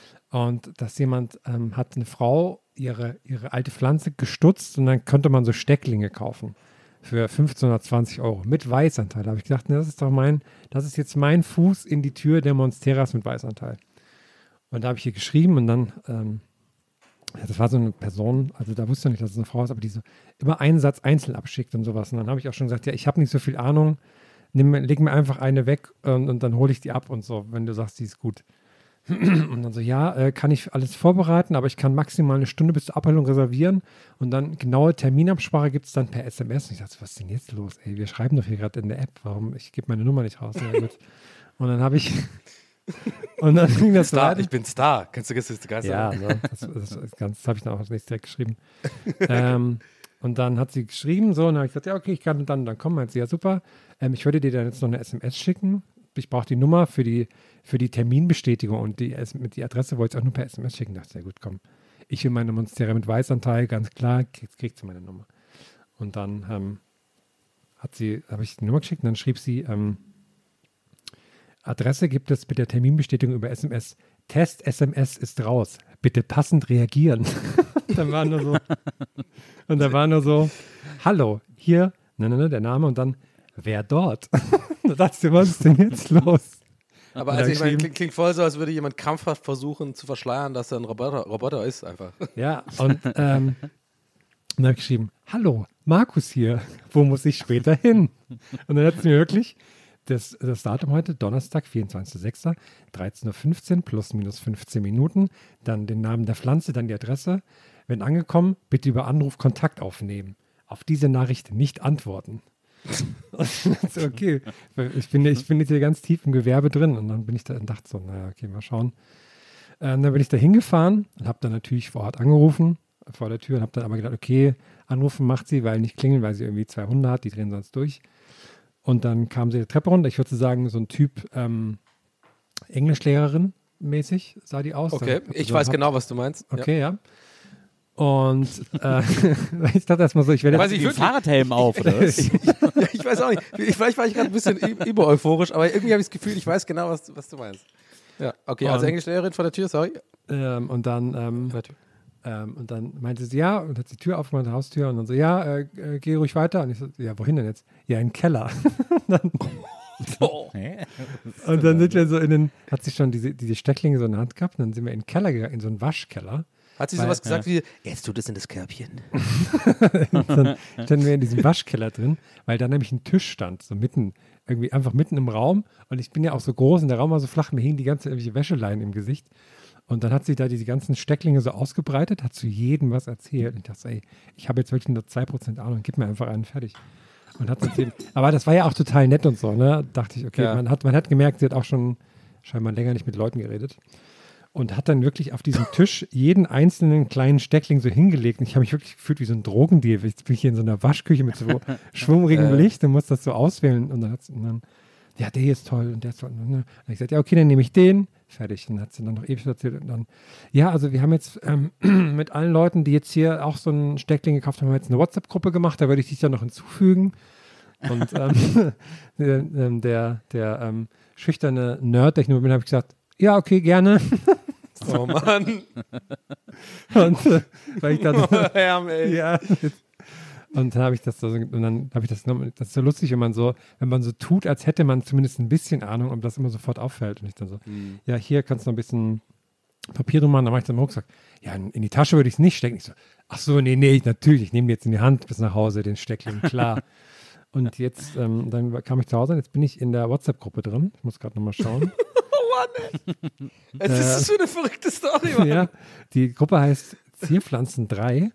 Und dass jemand ähm, hat eine Frau ihre, ihre alte Pflanze gestutzt und dann konnte man so Stecklinge kaufen für fünfzehn oder zwanzig Euro mit Weißanteil. Da habe ich gedacht, ne, das ist doch mein, das ist jetzt mein Fuß in die Tür der Monsteras mit Weißanteil. Und da habe ich hier geschrieben und dann, ähm, ja, das war so eine Person, also da wusste ich nicht, dass es eine Frau ist, aber die so immer einen Satz einzeln abschickt und sowas. Und dann habe ich auch schon gesagt, ja, ich habe nicht so viel Ahnung, nimm, leg mir einfach eine weg und, und dann hole ich die ab und so, wenn du sagst, die ist gut. Und dann so, ja, äh, kann ich alles vorbereiten, aber ich kann maximal eine Stunde bis zur Abholung reservieren und dann genaue Terminabsprache gibt es dann per S M S. Und ich dachte, was ist denn jetzt los? Ey, wir schreiben doch hier gerade in der App, warum, ich gebe meine Nummer nicht raus. Ja, gut. Und dann habe ich, und dann ging das Star, weiter. ich bin Star. Kennst du das Geist? Ja, ne, das, das, das, das habe ich dann auch nicht direkt geschrieben. ähm, und dann hat sie geschrieben, so, und dann habe ich gesagt, ja, okay, ich kann dann, dann kommen. Meint sie, ja, super. Ähm, ich würde dir dann jetzt noch eine S M S schicken. Ich brauche die Nummer für die, für die Terminbestätigung und die, mit die Adresse wollte ich auch nur per S M S schicken. Da dachte ich, ja gut, komm. Ich will meine Monstera mit Weißanteil, ganz klar, jetzt kriegt sie meine Nummer. Und dann ähm, hat sie, habe ich die Nummer geschickt und dann schrieb sie, ähm, Adresse gibt es mit der Terminbestätigung über S M S. Test-S M S ist raus. Bitte passend reagieren. Dann war nur so, und da war nur so, hallo, hier, ne, ne, ne, der Name und dann, wer dort? Da dachte ich, was ist denn jetzt los? Aber Und also dann ich meine, geschrieben- klingt, klingt voll so, als würde jemand krampfhaft versuchen zu verschleiern, dass er ein Roboter, Roboter ist einfach. Ja, und ähm, dann habe ich geschrieben, hallo, Markus hier, wo muss ich später hin? Und dann hat sie mir wirklich das, das Datum heute, Donnerstag, vierundzwanzigster sechster, dreizehn Uhr fünfzehn, plus minus fünfzehn Minuten, dann den Namen der Pflanze, dann die Adresse. Wenn angekommen, bitte über Anruf Kontakt aufnehmen. auf diese Nachricht nicht antworten. so, okay, ich bin, ich bin jetzt hier ganz tief im Gewerbe drin und dann bin ich da und dachte so, naja, okay, mal schauen. Ähm, dann bin ich da hingefahren und habe dann natürlich vor Ort angerufen, vor der Tür und habe dann aber gedacht, okay, anrufen macht sie, weil nicht klingeln, weil sie irgendwie zwei Hunde hat, die drehen sonst durch. Und dann kam sie die Treppe runter, ich würde sagen, so ein Typ ähm, Englischlehrerin mäßig sah die aus. Okay, dann, ich so weiß hab, genau, was du meinst. Okay, ja. ja. Und äh, ich dachte erstmal so, ich werde jetzt den Fahrradhelm auf, oder was? ich, ich, ich weiß auch nicht. Vielleicht war ich gerade ein bisschen über euphorisch, aber irgendwie habe ich das Gefühl, ich weiß genau, was, was du meinst. Ja, okay, also Englischlehrerin vor der Tür, sorry. Ähm, und dann ähm, ähm, und dann meinte sie ja und hat die Tür aufgemacht, die Haustür und dann so, ja, äh, äh, geh ruhig weiter. Und ich so, ja, wohin denn jetzt? Ja, in den Keller. dann, oh. Und dann sind wir so in den, hat sie schon diese, diese Stecklinge so in der Hand gehabt und dann sind wir in den Keller gegangen, in so einen Waschkeller. Hat sie Weil, sowas gesagt ja. wie, jetzt tut es in das Körbchen. Dann standen wir in diesem Waschkeller drin, weil da nämlich ein Tisch stand, so mitten, irgendwie einfach mitten im Raum. Und ich bin ja auch so groß und der Raum war so flach, mir hingen die ganze irgendwelche Wäscheleinen im Gesicht. Und dann hat sie da diese ganzen Stecklinge so ausgebreitet, hat zu jedem was erzählt. Und ich dachte, ey, ich habe jetzt wirklich nur zwei Prozent Ahnung, gib mir einfach einen, fertig. Und hat erzählt. Aber das war ja auch total nett und so, ne? Dachte ich, okay, ja. man, hat, man hat gemerkt, sie hat auch schon scheinbar länger nicht mit Leuten geredet. Und hat dann wirklich auf diesem Tisch jeden einzelnen kleinen Steckling so hingelegt. Und ich habe mich wirklich gefühlt wie so ein Drogendeal. Ich bin hier in so einer Waschküche mit so schwummrigem Licht und muss das so auswählen. Und dann hat sie, und dann, ja, der hier ist toll und der ist toll. Und dann habe ich gesagt, ja, okay, dann nehme ich den. Fertig. Und dann hat sie dann noch ewig erzählt. Und dann, ja, also wir haben jetzt ähm, mit allen Leuten, die jetzt hier auch so einen Steckling gekauft haben, haben wir jetzt eine WhatsApp-Gruppe gemacht. Da würde ich dich dann noch hinzufügen. Und ähm, der, der, der ähm, schüchterne Nerd, der ich nur bin, habe ich gesagt, ja, okay, gerne. Oh Mann. Und äh, weil ich dann oh, Herm, ey. Ja. Und dann habe ich das so, und dann habe ich das, das ist so lustig, wenn man so, wenn man so tut, als hätte man zumindest ein bisschen Ahnung, ob das immer sofort auffällt. Und ich dann so, mhm. ja, hier kannst du noch ein bisschen Papier drum machen. Dann mache ich dann im Rucksack. Ja, in, in die Tasche würde ich es nicht stecken. Ich so, ach so, nee, nee, natürlich, ich nehme jetzt in die Hand bis nach Hause den Steckling, klar. Und jetzt, ähm, dann kam ich zu Hause und jetzt bin ich in der WhatsApp-Gruppe drin. Ich muss gerade nochmal schauen. Mann, was ist das für eine verrückte Story, Mann? Ja, die Gruppe heißt Zierpflanzen drei.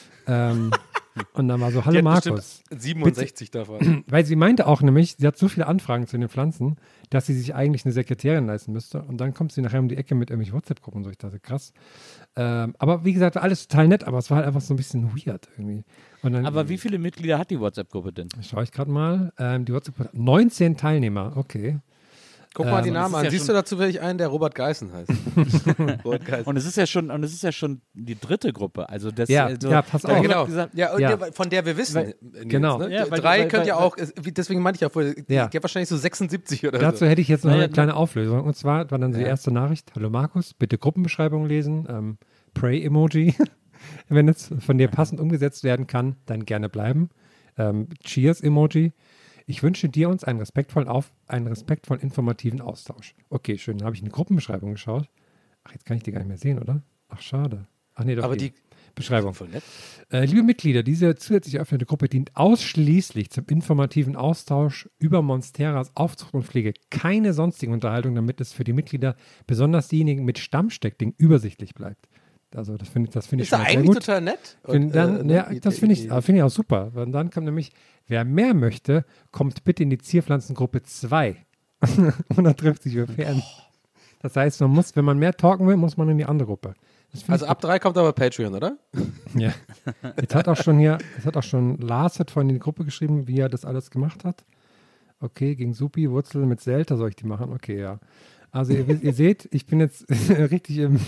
Ähm, und dann war so, hallo Markus. siebenundsechzig bitte, davon. Weil sie meinte auch nämlich, sie hat so viele Anfragen zu den Pflanzen, dass sie sich eigentlich eine Sekretärin leisten müsste. Und dann kommt sie nachher um die Ecke mit irgendwelchen WhatsApp-Gruppen und so. Ich dachte, krass. Ähm, aber wie gesagt, alles total nett, aber es war halt einfach so ein bisschen weird irgendwie. Und dann, aber wie viele Mitglieder hat die WhatsApp-Gruppe denn? Schaue ich gerade mal. Ähm, die WhatsApp-Gruppe hat neunzehn Teilnehmer, okay. Guck mal ähm, die Namen an. Ja Siehst du dazu vielleicht einen, der Robert Geißen heißt? Robert Geißen. Und es ist ja schon, und es ist ja schon die dritte Gruppe. Also das, ja, also, ja, pass auf. Genau. Gesagt, ja, ja. Der, von der wir wissen. Weil, Nils, genau. Ne? Ja, weil, Drei weil, könnt weil, ja auch, deswegen meinte ich ja vorher, ja. die hat wahrscheinlich so sechsundsiebzig oder Dazu so. hätte ich jetzt noch ja, eine kleine Auflösung. Und zwar war dann so die erste Nachricht, hallo Markus, bitte Gruppenbeschreibung lesen, ähm, Pray-Emoji. Wenn es von dir passend umgesetzt werden kann, dann gerne bleiben. Ähm, Cheers-Emoji. Ich wünsche dir uns einen respektvollen, auf, einen respektvollen informativen Austausch. Okay, schön. Dann habe ich eine Gruppenbeschreibung geschaut. Ach, jetzt kann ich die gar nicht mehr sehen, oder? Ach, schade. Ach nee, doch. Aber hier. die Beschreibung. Voll nett. Äh, liebe Mitglieder, diese zusätzlich eröffnete Gruppe dient ausschließlich zum informativen Austausch über Monsteras Aufzucht und Pflege. Keine sonstigen Unterhaltung, damit es für die Mitglieder, besonders diejenigen mit Stammsteckding, übersichtlich bleibt. Also das finde das find ich ist schon mal sehr eigentlich gut. total nett. Find, Und, dann, äh, ja, die, das die, finde ich, die, find ich auch super. Und dann kommt nämlich, wer mehr möchte, kommt bitte in die Zierpflanzengruppe zwei. Und dann trifft sich wer fern. Das heißt, man muss, wenn man mehr talken will, muss man in die andere Gruppe. Also ab drei kommt aber Patreon, oder? Ja. Jetzt hat auch schon hier, jetzt hat auch schon Lars hat vorhin in die Gruppe geschrieben, wie er das alles gemacht hat. Okay, gegen Supi, Wurzel mit Selta soll ich die machen? Okay, ja. Also ihr, ihr seht, ich bin jetzt richtig im,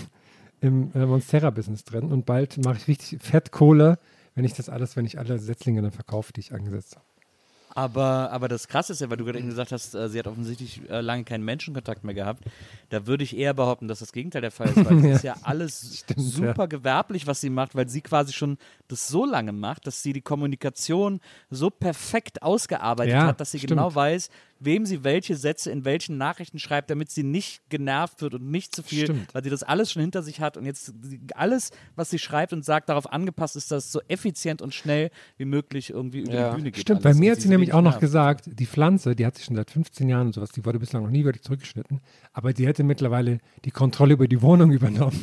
im äh, Monstera-Business drin und bald mache ich richtig Fettkohle, wenn ich das alles, wenn ich alle Setzlinge dann verkaufe, die ich angesetzt habe. Aber, aber das Krasse ist ja, weil du gerade eben gesagt hast, äh, sie hat offensichtlich äh, lange keinen Menschenkontakt mehr gehabt. Da würde ich eher behaupten, dass das Gegenteil der Fall ist, weil das Ja. ist ja alles Stimmt, super ja. gewerblich, was sie macht, weil sie quasi schon das so lange macht, dass sie die Kommunikation so perfekt ausgearbeitet Ja, hat, dass sie stimmt. genau weiß, wem sie welche Sätze in welchen Nachrichten schreibt, damit sie nicht genervt wird und nicht zu viel, Stimmt. weil sie das alles schon hinter sich hat und jetzt alles, was sie schreibt und sagt, darauf angepasst ist, dass es so effizient und schnell wie möglich irgendwie über Ja. die Bühne geht. Stimmt, alles. bei mir Und hat sie so nämlich wenig auch noch nervt. gesagt, die Pflanze, die hat sich schon seit fünfzehn Jahren und sowas, die wurde bislang noch nie wirklich zurückgeschnitten, aber die hätte mittlerweile die Kontrolle über die Wohnung übernommen.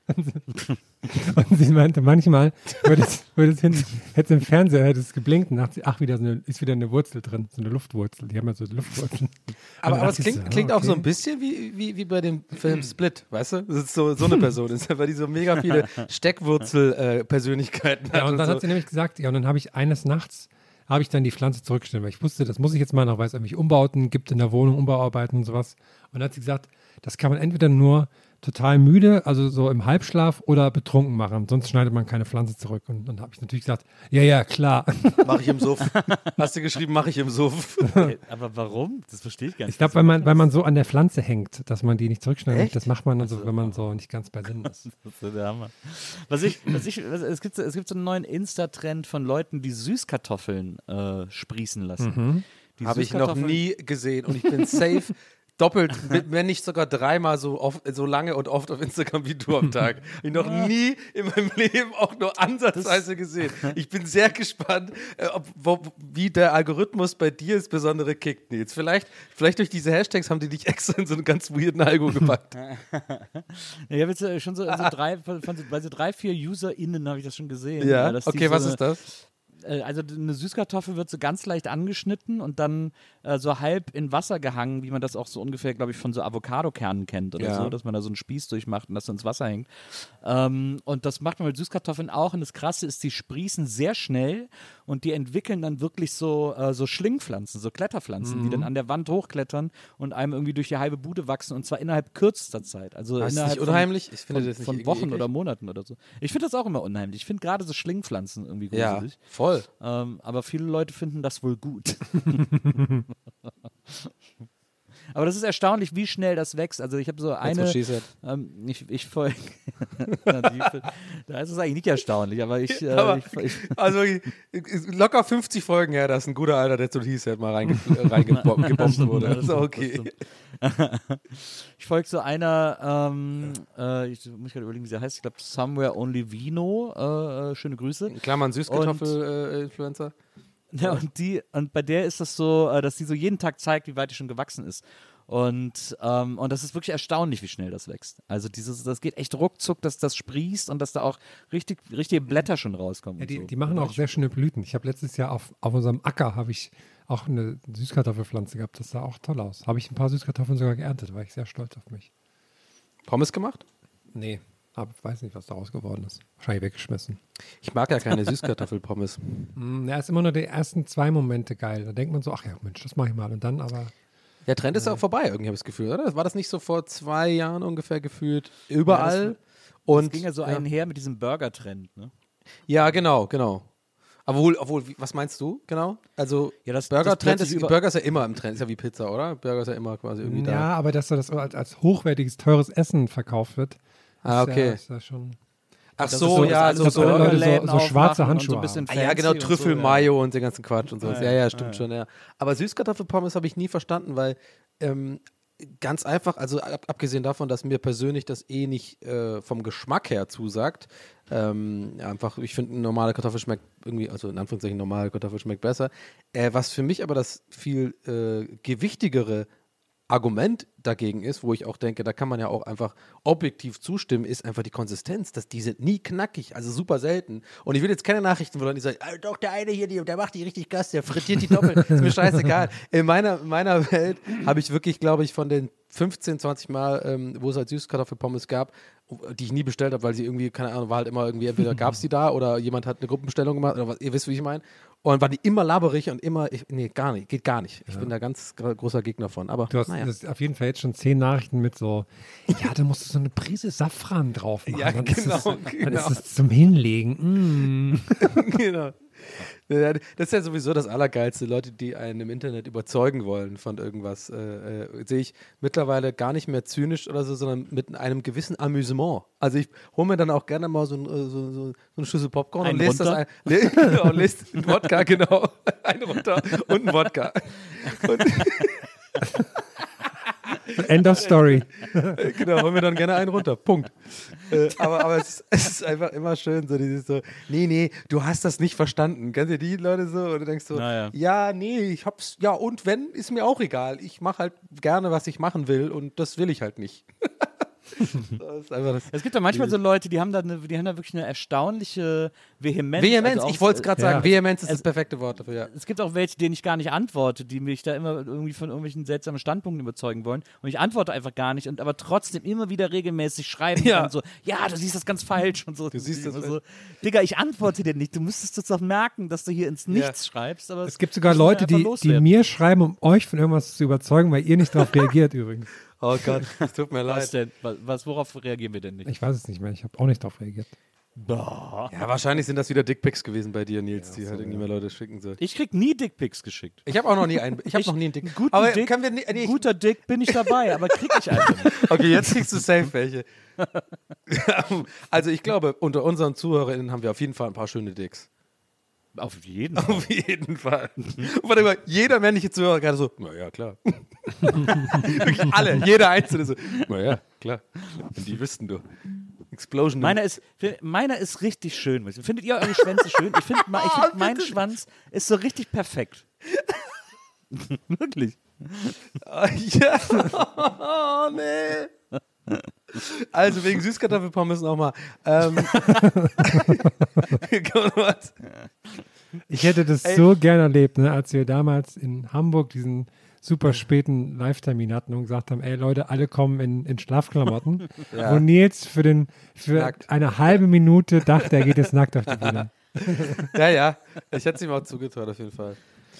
Und sie meinte, manchmal würde es, würde es hin, hätte es im Fernseher hätte es geblinkt und dachte sie, ach, wieder so eine, ist wieder eine Wurzel drin, so eine Luftwurzel. Die haben ja so Luftwurzeln. Aber, Und aber dann es dachte ich klingt, so, klingt ah, auch so okay. ein bisschen wie, wie, wie bei dem Film Split, weißt du? Das ist so, so eine Person ist, weil die so mega viele Steckwurzel-Persönlichkeiten Ja, hat. und dann so. hat sie nämlich gesagt, ja, und dann habe ich eines Nachts, habe ich dann die Pflanze zurückgestellt, weil ich wusste, das muss ich jetzt mal noch, weil es irgendwelche Umbauten gibt in der Wohnung, Umbauarbeiten und sowas. Und dann hat sie gesagt, das kann man entweder nur total müde, also so im Halbschlaf oder betrunken machen, sonst schneidet man keine Pflanze zurück. Und dann habe ich natürlich gesagt, ja, ja, klar. Mach ich im Suff. Hast du geschrieben, mach ich im Suff. Okay, aber warum? Das verstehe ich gar nicht. Ich glaube, weil man, weil man so an der Pflanze hängt, dass man die nicht zurückschneidet. Echt? Das macht man dann so, wenn man so nicht ganz bei Sinn ist. Das ist so der Hammer. Was ich, was ich, was, es, gibt, so- es gibt so einen neuen Insta-Trend von Leuten, die Süßkartoffeln äh, sprießen lassen. Die Habe ich noch Süßkartoffeln- nie gesehen und ich bin safe doppelt, mit- wenn nicht sogar dreimal so, oft, so lange und oft auf Instagram wie du am Tag. Habe ich noch nie in meinem Leben auch nur ansatzweise gesehen. Ich bin sehr gespannt, äh, ob, wo, wie der Algorithmus bei dir insbesondere kickt, Nils. Vielleicht, vielleicht durch diese Hashtags haben die dich extra in so einen ganz weirden Algo gepackt. Ja, ich habe jetzt äh, schon so, so drei, von, von so, bei so drei, vier UserInnen habe ich das schon gesehen. Ja, äh, dass die okay, so was eine- ist das? äh, also eine Süßkartoffel wird so ganz leicht angeschnitten und dann äh, so halb in Wasser gehangen, wie man das auch so ungefähr, glaube ich, von so Avocadokernen kennt oder Ja. so, dass man da so einen Spieß durchmacht und das so ins Wasser hängt. Ähm, und das macht man mit Süßkartoffeln auch. Und das Krasse ist, die sprießen sehr schnell und die entwickeln dann wirklich so, äh, so Schlingpflanzen, so Kletterpflanzen, die dann an der Wand hochklettern und einem irgendwie durch die halbe Bude wachsen und zwar innerhalb kürzester Zeit. Also Das ist innerhalb nicht unheimlich? Ich finde von, das nicht von irgendwie Wochen eklig. oder Monaten oder so. Ich finde das auch immer unheimlich. Ich finde gerade so Schlingpflanzen irgendwie Ja, gruselig. voll. Ähm, aber viele Leute finden das wohl gut. Aber das ist erstaunlich, wie schnell das wächst. Also ich habe so That's eine, what she said. ähm, ich, ich folge, da ist es eigentlich nicht erstaunlich, aber ich, äh, Aber, ich, ich also locker fünfzig Folgen her, dass ein guter alter That's What He Said mal reingebombt reingebombt gebombt wurde. Ja, Das ist das okay. ich folge so einer, ähm, äh, ich muss gerade überlegen, wie sie heißt, ich glaube Somewhere Only Vino, äh, äh, schöne Grüße. In Klammern Süßkartoffel-Influencer. Ja, und die, und bei der ist das so, äh, dass die so jeden Tag zeigt, wie weit die schon gewachsen ist. Und, ähm, und das ist wirklich erstaunlich, wie schnell das wächst. Also dieses, das geht echt ruckzuck, dass das sprießt und dass da auch richtig, richtige Blätter schon rauskommen. Ja, und die, so. die machen auch sehr schöne Blüten. Ich habe letztes Jahr auf, auf unserem Acker habe ich auch eine Süßkartoffelpflanze gehabt. Das sah auch toll aus. Habe ich ein paar Süßkartoffeln sogar geerntet, war ich sehr stolz auf mich. Pommes gemacht? Nee, aber weiß nicht, was daraus geworden ist. Wahrscheinlich weggeschmissen. Ich mag ja keine Süßkartoffelpommes. Mm, ja, ist immer nur die ersten zwei Momente geil. Da denkt man so, ach ja, Mensch, das mache ich mal. Und dann aber, Der Trend ist ja auch vorbei, irgendwie habe ich das Gefühl, oder? War das nicht so vor zwei Jahren ungefähr gefühlt? Überall? Das und ging ja so einher mit diesem Burger-Trend, ne? Ja, genau, genau. Aber wohl, obwohl, wie- was meinst du genau? Also Ja, das- Burger-Trend das ist, plötzlich über- Burger ist ja immer im Trend, ist ja wie Pizza, oder? Burger ist ja immer quasi irgendwie ja, da. aber dass so das so als, als hochwertiges, teures Essen verkauft wird, Ah, ist okay. ja, ist ja schon. Ach Das ist so, dass ja, alle so, dass so, alle Leute so- Burgerläden so schwarze aufmachen und Handschuhe so ein bisschen Ah, ja, genau, fancy und Trüffel, so, ja. Mayo und den ganzen Quatsch und sowas. Ja, Ja, ja, ja, stimmt ja. schon, ja. Aber Süßkartoffelpommes habe ich nie verstanden, weil ähm, ganz einfach, also ab, abgesehen davon, dass mir persönlich das eh nicht äh, vom Geschmack her zusagt, ähm, einfach, ich finde, eine normale Kartoffel schmeckt irgendwie, also in Anführungszeichen, normale Kartoffel schmeckt besser. Äh, was für mich aber das viel äh, gewichtigere Argument dagegen ist, wo ich auch denke, da kann man ja auch einfach objektiv zustimmen, ist einfach die Konsistenz, dass die sind nie knackig, also super selten. Und ich will jetzt keine Nachrichten, wo Leute sagen, ah, doch, der eine hier, die, der macht die richtig Gas, der frittiert die doppelt, ist mir scheißegal. In meiner, in meiner Welt habe ich wirklich, glaube ich, von den fünfzehn, zwanzig Mal, ähm, wo es halt Süßkartoffelpommes gab, die ich nie bestellt habe, weil sie irgendwie, keine Ahnung, war halt immer irgendwie, entweder gab es die da oder jemand hat eine Gruppenbestellung gemacht oder was, ihr wisst, wie ich meine. Und waren die immer laberig und immer, ich, nee, gar nicht, geht gar nicht. Ich bin da ganz gro- großer Gegner von, aber Du hast naja. das auf jeden Fall jetzt schon zehn Nachrichten mit so, ja, da musst du so eine Prise Safran drauf machen. Ja, dann genau, ist das, Dann genau. ist das zum Hinlegen. Mm. Genau. Ja, das ist ja sowieso das Allergeilste. Leute, die einen im Internet überzeugen wollen von irgendwas, äh, äh, sehe ich mittlerweile gar nicht mehr zynisch oder so, sondern mit einem gewissen Amüsement. Also ich hole mir dann auch gerne mal so, ein, äh, so, so, so eine Schüssel Popcorn Einen und lese das runter? ein. Le genau, und lese einen Wodka, genau. Einen runter und einen Wodka. Und, End of Story. äh, genau, hol mir dann gerne einen runter. Punkt. Äh, aber aber es, ist, es ist einfach immer schön, so dieses so, nee, nee, du hast das nicht verstanden. Kennst du die Leute so? Und du denkst so, Naja. ja, nee, ich hab's, ja, und wenn, ist mir auch egal. Ich mache halt gerne, was ich machen will und das will ich halt nicht. Das ist einfach das Es gibt ja manchmal so Leute, die haben da, eine, die haben da wirklich eine erstaunliche Vehemenz. Vehemenz, also auch, ich wollte es gerade ja. sagen, Vehemenz ist Es- das perfekte Wort dafür, ja. Es gibt auch welche, denen ich gar nicht antworte, die mich da immer irgendwie von irgendwelchen seltsamen Standpunkten überzeugen wollen. Und ich antworte einfach gar nicht und aber trotzdem immer wieder regelmäßig schreiben Ja. und so, ja, du siehst das ganz falsch und so. Du siehst das so, Digga, ich antworte dir nicht. Du müsstest jetzt doch merken, dass du hier ins Nichts schreibst. Aber Es gibt sogar das muss man Leute, einfach die, die loswerden. mir schreiben, um euch von irgendwas zu überzeugen, weil ihr nicht darauf reagiert übrigens. Oh Gott, es tut mir Was leid. denn? Was, was, worauf reagieren wir denn nicht? Ich weiß es nicht mehr, ich habe auch nicht darauf reagiert. Boah. Ja, wahrscheinlich sind das wieder Dickpics gewesen bei dir, Nils, die halt irgendwie mal Leute schicken sollten. Ich krieg nie Dickpics geschickt. Ich habe auch noch nie einen, ich habe noch nie einen Dick. Einen guten Aber Dick, können wir nie, nee, ich- guter Dick bin ich dabei, aber krieg ich einfach nicht. Okay, jetzt kriegst du safe welche. Also ich glaube, unter unseren ZuhörerInnen haben wir auf jeden Fall ein paar schöne Dicks. Auf jeden Fall. Auf jeden Fall. Und warte mal, jeder männliche Zuhörer gerade so, naja, klar. Wirklich alle, jeder Einzelne so, naja, klar. Und die wüssten du. Explosion. Meiner ist, meiner ist richtig schön. Findet ihr eure Schwänze schön? Ich finde, ich Oh, find, mein Schwanz ist so richtig perfekt. Wirklich. Ja. Oh, nee. Also wegen Süßkartoffelpommes nochmal. Ähm. Was? Ich hätte das Ey. so gern erlebt, ne, als wir damals in Hamburg diesen super späten Live-Termin hatten und gesagt haben, ey Leute, alle kommen in, in Schlafklamotten. Ja. Wo Nils für, den, für Nackt. eine halbe Minute dachte, er geht jetzt nackt auf die Bühne. Ja, ja. Ich hätte es ihm auch zugetraut, auf jeden Fall.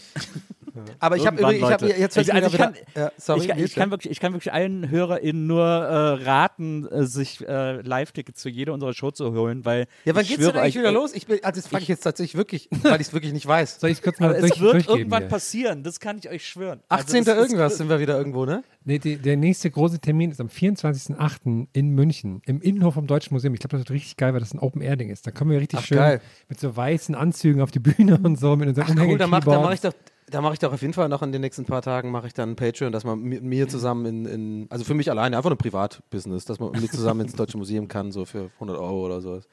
Aber ich habe Irgendwann, übrigens, ich habe Leute. jetzt fällt Ich- mir also ich wieder, kann- ja, sorry, ich, kann, Nils, ich, kann wirklich, ich kann wirklich allen HörerInnen nur äh, raten, äh, sich äh, Live-Tickets zu jeder unserer Show zu holen, weil ja, wann ich geht's schwöre denn eigentlich euch, wieder äh, los? Ich bin, also das frage ich jetzt tatsächlich wirklich, weil ich es wirklich nicht weiß. Soll ich es kurz mal Aber durch, es wird durchgeben irgendwann hier? passieren, das kann ich euch schwören. Also achtzehnten das ist- irgendwas sind wir wieder irgendwo, ne? Nee, die, der nächste große Termin ist am vierundzwanzigsten achten in München, im Innenhof vom Deutschen Museum. Ich glaube, das wird richtig geil, weil das ein Open-Air-Ding ist. Da kommen wir richtig Ach, schön geil. mit so weißen Anzügen auf die Bühne und so, mit unserem Ach cool, da mache da mach ich Umhänge-Keyboard. doch, da mache ich doch auf jeden Fall noch in den nächsten paar Tagen mache ich dann ein Patreon, dass man mit mir zusammen in, in also für mich alleine, einfach ein Privatbusiness, dass man mit mir zusammen ins Deutsche Museum kann, so für hundert Euro oder sowas.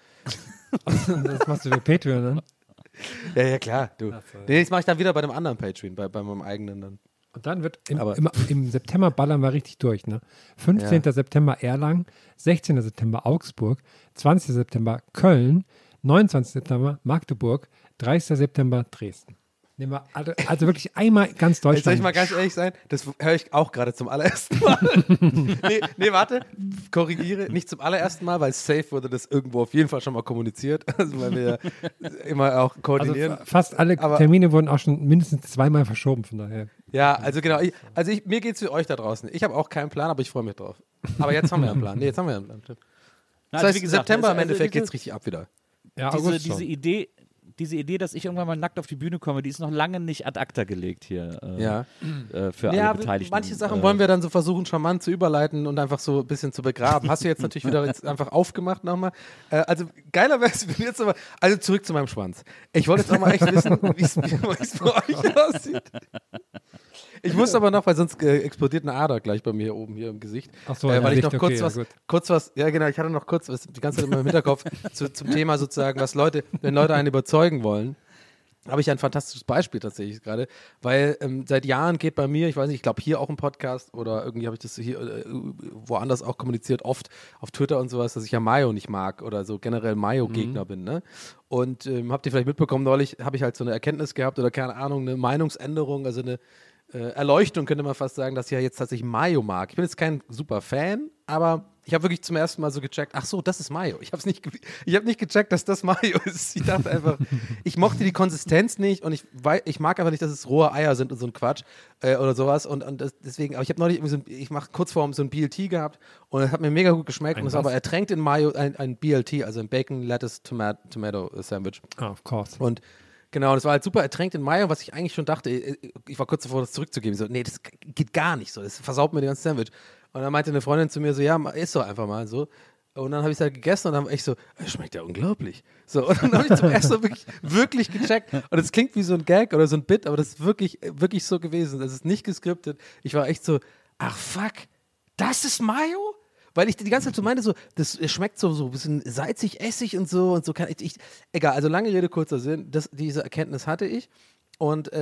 Das machst du für Patreon, ne? Ja, ja, klar, du. Nee, das mache ich dann wieder bei einem anderen Patreon, bei, bei meinem eigenen dann. Und dann wird im, Aber- im, im September ballern wir richtig durch. Ne? fünfzehnten September Erlangen, sechzehnten September Augsburg, zwanzigsten September Köln, neunundzwanzigsten September Magdeburg, dreißigsten September Dresden. Nehmen wir also, also wirklich einmal ganz Jetzt soll Deutschland. ich mal ganz ehrlich sein, das höre ich auch gerade zum allerersten Mal. nee, nee, warte, korrigiere, nicht zum allerersten Mal, weil safe wurde das irgendwo auf jeden Fall schon mal kommuniziert, also weil wir immer auch also koordinieren. fa- fast alle Aber- Termine wurden auch schon mindestens zweimal verschoben, von daher. Ja, also genau, ich, also ich, mir geht es wie euch da draußen. Ich habe auch keinen Plan, aber ich freue mich drauf. Aber jetzt haben wir einen Plan. Nee, jetzt haben wir einen Plan. Na, Das also heißt, wie gesagt, September also im Endeffekt diese- geht's richtig ab wieder. Ja, diese, August diese schon. Idee, diese Idee, dass ich irgendwann mal nackt auf die Bühne komme, die ist noch lange nicht ad acta gelegt hier äh, Ja. äh, für Ja, alle Beteiligten. manche Sachen äh, wollen wir dann so versuchen, charmant zu überleiten und einfach so ein bisschen zu begraben. Hast du jetzt natürlich wieder jetzt einfach aufgemacht nochmal. Äh, also geiler wäre es, wenn jetzt aber, also zurück zu meinem Schwanz. Ich wollte jetzt auch mal echt wissen, wie es bei euch aussieht. Ich muss aber noch, weil sonst äh, explodiert eine Ader gleich bei mir oben hier im Gesicht. Ach so, äh, ja, weil ich Licht, noch kurz okay, ja, was, gut. kurz was, ja genau, ich hatte noch kurz was die ganze Zeit in meinem Hinterkopf zu, zum Thema sozusagen, was Leute, wenn Leute einen überzeugen wollen. Habe ich ein fantastisches Beispiel tatsächlich gerade, weil ähm, seit Jahren geht bei mir, ich weiß nicht, ich glaube hier auch im Podcast oder irgendwie habe ich das hier äh, woanders auch kommuniziert, oft auf Twitter und sowas, dass ich ja Mayo nicht mag oder so generell Mayo-Gegner bin, ne? Und ähm, habt ihr vielleicht mitbekommen, neulich habe ich halt so eine Erkenntnis gehabt oder keine Ahnung, eine Meinungsänderung, also eine äh, Erleuchtung könnte man fast sagen, dass ich ja jetzt tatsächlich Mayo mag. Ich bin jetzt kein super Fan, aber ich habe wirklich zum ersten Mal so gecheckt, ach so, das ist Mayo. Ich habe es nicht, ge- ich habe nicht gecheckt, dass das Mayo ist. Ich dachte einfach, ich mochte die Konsistenz nicht und ich, wei- ich mag einfach nicht, dass es rohe Eier sind und so ein Quatsch äh, oder sowas und, und das, deswegen, aber ich habe neulich irgendwie so ein, ich mache kurz vorm so ein B L T gehabt und es hat mir mega gut geschmeckt Ein und es was? war aber ertränkt in Mayo, ein, ein B L T, also ein Bacon, Lettuce, Tomato, Tomato Sandwich. Ah, of course. Und genau, das war halt super ertränkt in Mayo, was ich eigentlich schon dachte, ich war kurz davor, das zurückzugeben. So, nee, das geht gar nicht so, das versaut mir den ganzen Sandwich. Und dann meinte eine Freundin zu mir so, ja, isst doch einfach mal so. Und dann habe ich es halt gegessen und dann war ich so, das schmeckt ja unglaublich. So, und dann habe ich zum ersten Mal wirklich, wirklich gecheckt. Und es klingt wie so ein Gag oder so ein Bit, aber das ist wirklich, wirklich so gewesen. Das ist nicht geskriptet. Ich war echt so, ach fuck, das ist Mayo? Weil ich die ganze Zeit so meinte, so, das schmeckt so, so ein bisschen salzig, essig und so und so kann ich, ich egal, also lange Rede, kurzer Sinn, das, diese Erkenntnis hatte ich und ähm,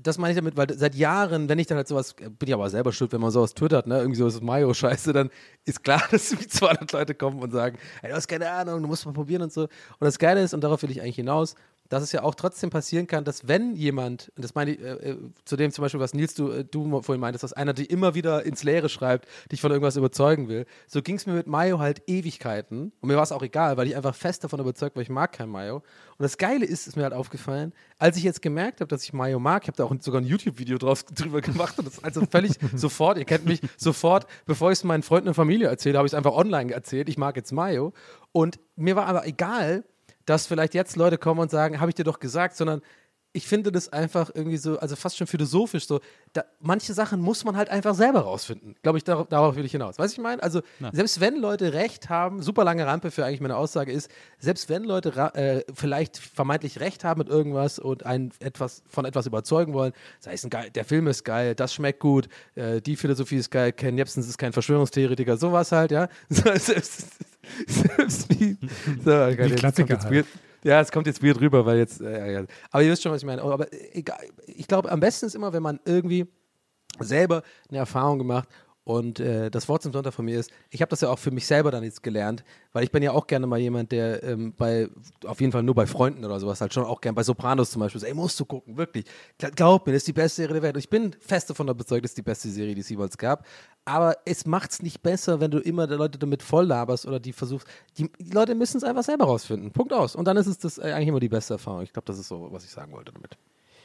das meine ich damit, weil seit Jahren, wenn ich dann halt sowas, bin ich aber selber schuld, wenn man sowas twittert, ne, irgendwie sowas Mayo-Scheiße, dann ist klar, dass wie zweihundert Leute kommen und sagen, hey, du hast keine Ahnung, du musst mal probieren und so. Und das Geile ist, und darauf will ich eigentlich hinaus, dass es ja auch trotzdem passieren kann, dass wenn jemand, und das meine ich, äh, zu dem zum Beispiel, was Nils, du, äh, du vorhin meintest, dass einer dich immer wieder ins Leere schreibt, dich von irgendwas überzeugen will, so ging es mir mit Mayo halt Ewigkeiten. Und mir war es auch egal, weil ich einfach fest davon überzeugt war, ich mag kein Mayo. Und das Geile ist, ist mir halt aufgefallen, als ich jetzt gemerkt habe, dass ich Mayo mag, ich habe da auch sogar ein YouTube-Video drauf, drüber gemacht und das ist also völlig sofort, ihr kennt mich, sofort, bevor ich es meinen Freunden und Familie erzähle, habe ich es einfach online erzählt, ich mag jetzt Mayo. Und mir war aber egal, dass vielleicht jetzt Leute kommen und sagen, habe ich dir doch gesagt, sondern ich finde das einfach irgendwie so, also fast schon philosophisch so, da, manche Sachen muss man halt einfach selber rausfinden. Glaube ich, darauf, darauf will ich hinaus. Weißt du, ich meine? Also Na. selbst wenn Leute recht haben, super lange Rampe für eigentlich meine Aussage ist, selbst wenn Leute ra- äh, vielleicht vermeintlich recht haben mit irgendwas und einen etwas, von etwas überzeugen wollen, sei es ein geil, der Film ist geil, das schmeckt gut, äh, die Philosophie ist geil, Ken Jebsen ist kein Verschwörungstheoretiker, sowas halt, ja. selbst, selbst wie, so, die jetzt, Klassiker jetzt halt. Ja, es kommt jetzt weird rüber, weil jetzt, äh, ja. Aber ihr wisst schon, was ich meine. Aber egal, ich glaube, am besten ist immer, wenn man irgendwie selber eine Erfahrung gemacht und äh, das Wort zum Sonntag von mir ist, ich habe das ja auch für mich selber dann jetzt gelernt, weil ich bin ja auch gerne mal jemand, der ähm, bei, auf jeden Fall nur bei Freunden oder sowas, halt schon auch gerne bei Sopranos zum Beispiel, so, ey, musst du gucken, wirklich. Glaub mir, das ist die beste Serie der Welt. Und ich bin fest davon überzeugt, das ist die beste Serie, die es jemals gab. Aber es macht es nicht besser, wenn du immer die Leute damit voll laberst oder die versuchst. Die, die Leute müssen es einfach selber rausfinden. Punkt aus. Und dann ist es das äh, eigentlich immer die beste Erfahrung. Ich glaube, das ist so, was ich sagen wollte damit.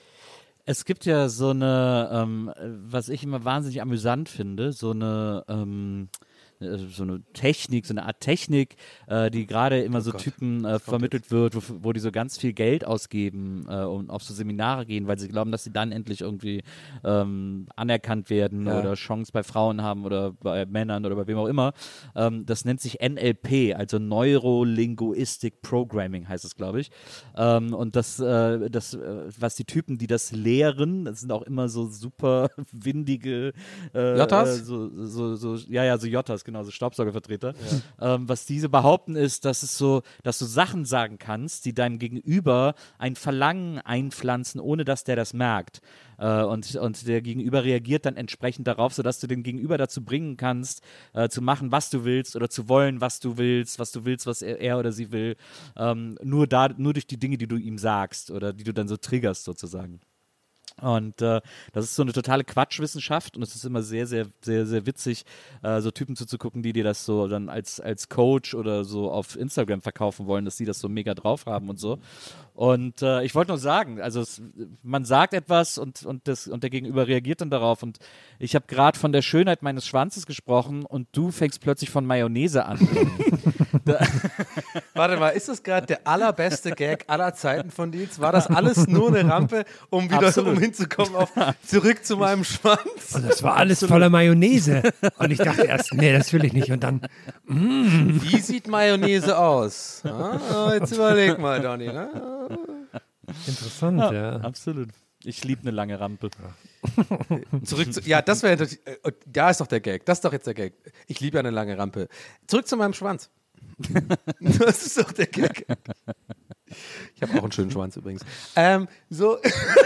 Es gibt ja so eine, ähm, was ich immer wahnsinnig amüsant finde, so eine, ähm, so eine Technik, so eine Art Technik, äh, die gerade immer oh so Gott. Typen äh, vermittelt wird, wo, wo die so ganz viel Geld ausgeben äh, und auf so Seminare gehen, weil sie glauben, dass sie dann endlich irgendwie ähm, anerkannt werden ja. oder Chance bei Frauen haben oder bei Männern oder bei wem auch immer. Ähm, das nennt sich N L P, also Neurolinguistic Programming heißt es, glaube ich. Ähm, und das, äh, das äh, was die Typen, die das lehren, das sind auch immer so super windige äh, Jottas? Äh, so, so, so, ja, ja, so Jottas, genau, so Staubsaugervertreter. Ja. Ähm, was diese behaupten ist, dass es so, dass du Sachen sagen kannst, die deinem Gegenüber ein Verlangen einpflanzen, ohne dass der das merkt. Äh, und, und der Gegenüber reagiert dann entsprechend darauf, sodass du den Gegenüber dazu bringen kannst, äh, zu machen, was du willst oder zu wollen, was du willst, was du willst, was er, er oder sie will. Ähm, nur, da, nur durch die Dinge, die du ihm sagst oder die du dann so triggerst sozusagen. Und äh, das ist so eine totale Quatschwissenschaft und es ist immer sehr, sehr, sehr, sehr witzig, äh, so Typen zuzugucken, die dir das so dann als, als Coach oder so auf Instagram verkaufen wollen, dass sie das so mega drauf haben und so. Und äh, ich wollte nur sagen, also es, man sagt etwas und, und, das, und der Gegenüber reagiert dann darauf. Und ich habe gerade von der Schönheit meines Schwanzes gesprochen und du fängst plötzlich von Mayonnaise an. Warte mal, ist das gerade der allerbeste Gag aller Zeiten von Nils? War das alles nur eine Rampe, um wieder um hinzukommen auf zurück zu meinem Schwanz? Und das war alles voller Mayonnaise. Und ich dachte erst, nee, das will ich nicht. Und dann, mm. Wie sieht Mayonnaise aus? Ah, jetzt überleg mal, Donny. Ne? Interessant, ja. ja. Absolut. Ich liebe eine lange Rampe. Zurück zu, ja, das wäre, da ist doch der Gag. Das ist doch jetzt der Gag. Ich liebe eine lange Rampe. Zurück zu meinem Schwanz. Das ist doch der Gag. Ich habe auch einen schönen Schwanz übrigens. Ähm, so.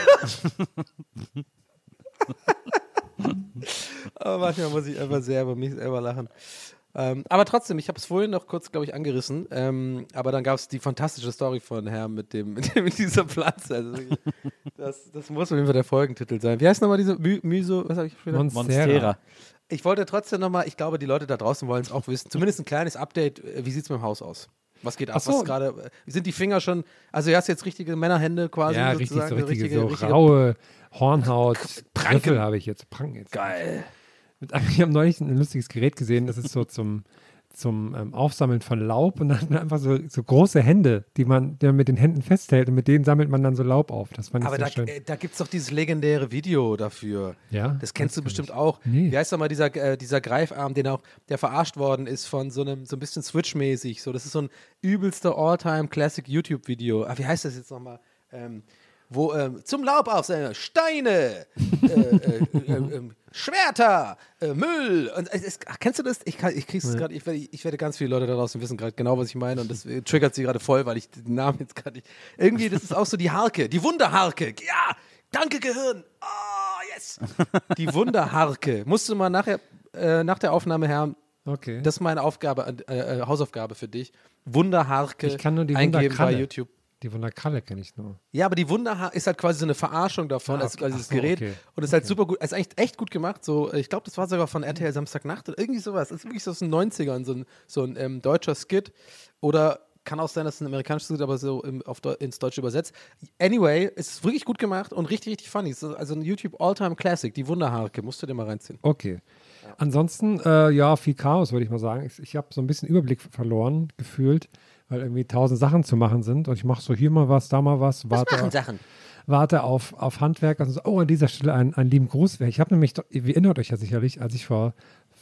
Aber manchmal muss ich einfach sehr über mich selber lachen. Ähm, aber trotzdem, ich habe es vorhin noch kurz, glaube ich, angerissen. Ähm, aber dann gab es die fantastische Story von Herrn mit, dem, mit, dem, mit dieser Pflanze. Also, das, das muss auf jeden Fall der Folgentitel sein. Wie heißt nochmal diese My- Myso? Was habe ich schon Monstera. Monstera. Ich wollte trotzdem nochmal, ich glaube, die Leute da draußen wollen es auch wissen, zumindest ein kleines Update. Wie sieht es mit dem Haus aus? Was geht ab? So. Was gerade? Sind die Finger schon? Also, du hast jetzt richtige Männerhände quasi. Ja, sozusagen, richtig, so richtige, richtige, so richtige raue Hornhaut. Pranken. Griffel habe ich jetzt. Pranken jetzt. Geil. Ich habe neulich ein lustiges Gerät gesehen, das ist so zum, zum ähm, Aufsammeln von Laub und dann einfach so, so große Hände, die man, die man mit den Händen festhält und mit denen sammelt man dann so Laub auf. Das fand ich Aber sehr da, schön. äh, da gibt es doch dieses legendäre Video dafür. Ja, das kennst du bestimmt nicht. auch. Nee. Wie heißt doch mal dieser, äh, dieser Greifarm, den auch, der verarscht worden ist von so einem, so ein bisschen Switch-mäßig. So, das ist so ein übelster All-Time-Classic-YouTube-Video. Ah, wie heißt das jetzt nochmal? Ähm, wo ähm, zum Laub aufsammeln, Steine, äh, äh, äh, äh, Schwerter, äh, Müll. Und es, ach, kennst du das? Ich, kann, ich krieg's ja. gerade, ich werde, ich werde ganz viele Leute da draußen wissen gerade genau, was ich meine. Und das äh, triggert sie gerade voll, weil ich den Namen jetzt gerade nicht. Irgendwie, das ist auch so die Harke, die Wunderharke. Ja, Danke, Gehirn. Oh, yes. Die Wunderharke. Musst du mal nachher, äh, nach der Aufnahme, Herr, Okay. das ist meine Aufgabe, äh, Hausaufgabe für dich. Wunderharke Ich kann nur die eingeben bei Wunderkralle. YouTube. Die Wunderkralle kenne ich nur. Ja, aber die Wunderhaar ist halt quasi so eine Verarschung davon, Ah, als okay. quasi Ach das so, Gerät. okay. Und es ist halt super gut, es ist eigentlich echt gut gemacht. So, ich glaube, das war sogar von R T L Samstagnacht oder irgendwie sowas. Das ist wirklich so aus den neunzigern, so ein, so ein ähm, deutscher Skit. Oder kann auch sein, dass es ein amerikanischer Skit, aber so im, auf Deu- ins Deutsche übersetzt. Anyway, es ist wirklich gut gemacht und richtig, richtig funny. Es ist also ein YouTube Alltime Classic, die Wunderharke. Musst du dir mal reinziehen. Okay. Ansonsten, äh, ja, viel Chaos, würde ich mal sagen. Ich, ich habe so ein bisschen Überblick verloren, gefühlt, weil irgendwie tausend Sachen zu machen sind. Und ich mache so hier mal was, da mal was. Warte, machen Sachen? Warte auf, auf Handwerk. Also so, oh, an dieser Stelle einen, einen lieben Gruß. Ich habe nämlich, ihr erinnert euch ja sicherlich, als ich vor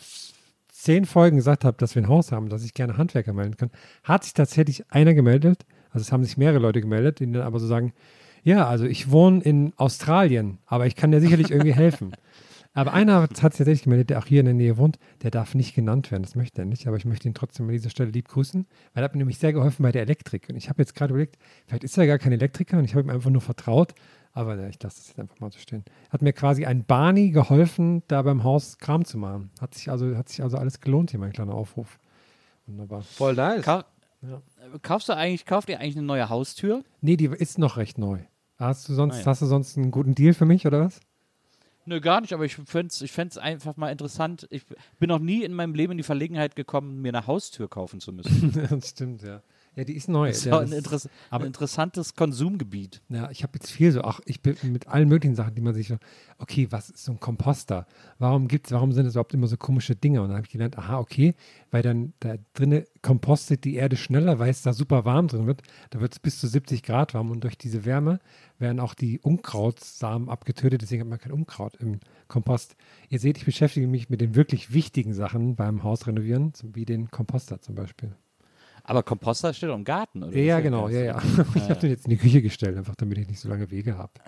zehn Folgen gesagt habe, dass wir ein Haus haben, dass ich gerne Handwerker melden kann, hat sich tatsächlich einer gemeldet. Also es haben sich mehrere Leute gemeldet, die dann aber so sagen, ja, also ich wohne in Australien, aber ich kann dir sicherlich irgendwie helfen. Aber einer hat sich tatsächlich gemeldet, der auch hier in der Nähe wohnt, der darf nicht genannt werden, das möchte er nicht, aber ich möchte ihn trotzdem an dieser Stelle lieb grüßen, weil er hat mir nämlich sehr geholfen bei der Elektrik. Und ich habe jetzt gerade überlegt, vielleicht ist er gar kein Elektriker und ich habe ihm einfach nur vertraut, aber ja, ich lasse das jetzt einfach mal so stehen. Hat mir quasi ein Barney geholfen, da beim Haus Kram zu machen. Hat sich also, hat sich also alles gelohnt hier, mein kleiner Aufruf. Wunderbar. Voll nice. Kau kaufst du eigentlich, kauft ihr eigentlich eine neue Haustür? Nee, die ist noch recht neu. Hast du sonst, Ah, ja. hast du sonst einen guten Deal für mich, oder was? Nö, gar nicht, aber ich fände es ich fänd's einfach mal interessant. Ich bin noch nie in meinem Leben in die Verlegenheit gekommen, mir eine Haustür kaufen zu müssen. Das stimmt, ja. Ja, die ist neu. Das ist ja, ja ein, das- Interess aber- ein interessantes Konsumgebiet. Ja, ich habe jetzt viel so, ach, ich bin mit allen möglichen Sachen, die man sich so, okay, was ist so ein Komposter? Warum gibt's, warum sind es überhaupt immer so komische Dinge? Und dann habe ich gelernt, aha, okay, weil dann da drinnen kompostet die Erde schneller, weil es da super warm drin wird. Da wird es bis zu siebzig Grad warm und durch diese Wärme werden auch die Unkrautsamen abgetötet, deswegen hat man kein Unkraut im Kompost. Ihr seht, ich beschäftige mich mit den wirklich wichtigen Sachen beim Haus renovieren, zum- wie den Komposter zum Beispiel. Aber Komposter steht doch im Garten, oder? Ja, ja, Das ist genau, ja, erst- ja. Ich habe den jetzt in die Küche gestellt, einfach damit ich nicht so lange Wege habe.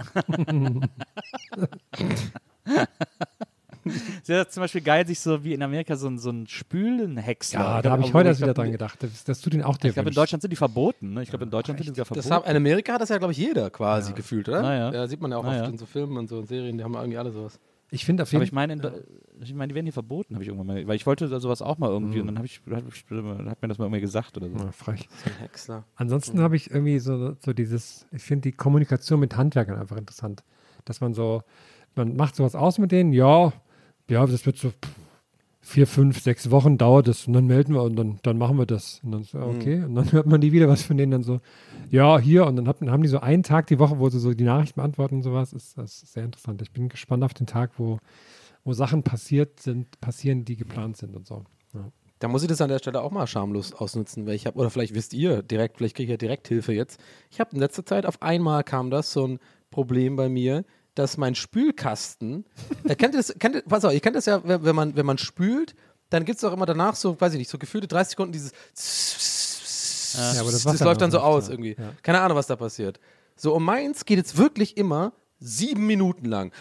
Ist ja zum Beispiel geil, sich so wie in Amerika so ein, so ein Spülenhäcksler. Ja, da habe ich heute erst wieder dran gedacht, dass, dass du den auch dir Ich glaube, in wünschst. Deutschland sind die verboten. Ne? Ich glaube, in Deutschland sind die sogar verboten. Das haben, in Amerika hat das ja, glaube ich, jeder quasi Ja. gefühlt, oder? Naja. Ja, sieht man ja auch Naja. oft in so Filmen und so in Serien, die haben irgendwie alle sowas. Ich finde auf Aber jeden ich meine, in Deu- ich meine, die werden hier verboten, habe ich irgendwann mal, weil ich wollte da sowas auch mal irgendwie und dann habe ich, hat, hat mir das mal irgendwie gesagt oder so. Ja, frech. Häcksler. Ansonsten habe ich irgendwie so, so dieses, ich finde die Kommunikation mit Handwerkern einfach interessant. Dass man so, man macht sowas aus mit denen, ja, ja, das wird so vier, fünf, sechs Wochen dauert das und dann melden wir und dann, dann machen wir das. Und dann so, okay, und dann hört man die wieder was von denen dann so, ja, hier und dann hat, haben die so einen Tag die Woche, wo sie so die Nachrichten beantworten und sowas. Ist, das ist sehr interessant. Ich bin gespannt auf den Tag, wo, wo Sachen passiert sind, passieren, die geplant sind und so. Ja. Da muss ich das an der Stelle auch mal schamlos ausnutzen, weil ich habe, oder vielleicht wisst ihr direkt, vielleicht kriege ich ja Direkthilfe jetzt. Ich habe in letzter Zeit, auf einmal kam das, so ein Problem bei mir, dass mein Spülkasten, äh, kennt ihr das, kennt ihr, pass auf, ihr kennt das ja, wenn, wenn, man, wenn man spült, dann gibt es auch immer danach so, weiß ich nicht, so gefühlte dreißig Sekunden dieses Ja, aber das das, Wasser läuft dann so läuft, aus ja. irgendwie. Ja. Keine Ahnung, was da passiert. So, und meins geht jetzt wirklich immer sieben Minuten lang.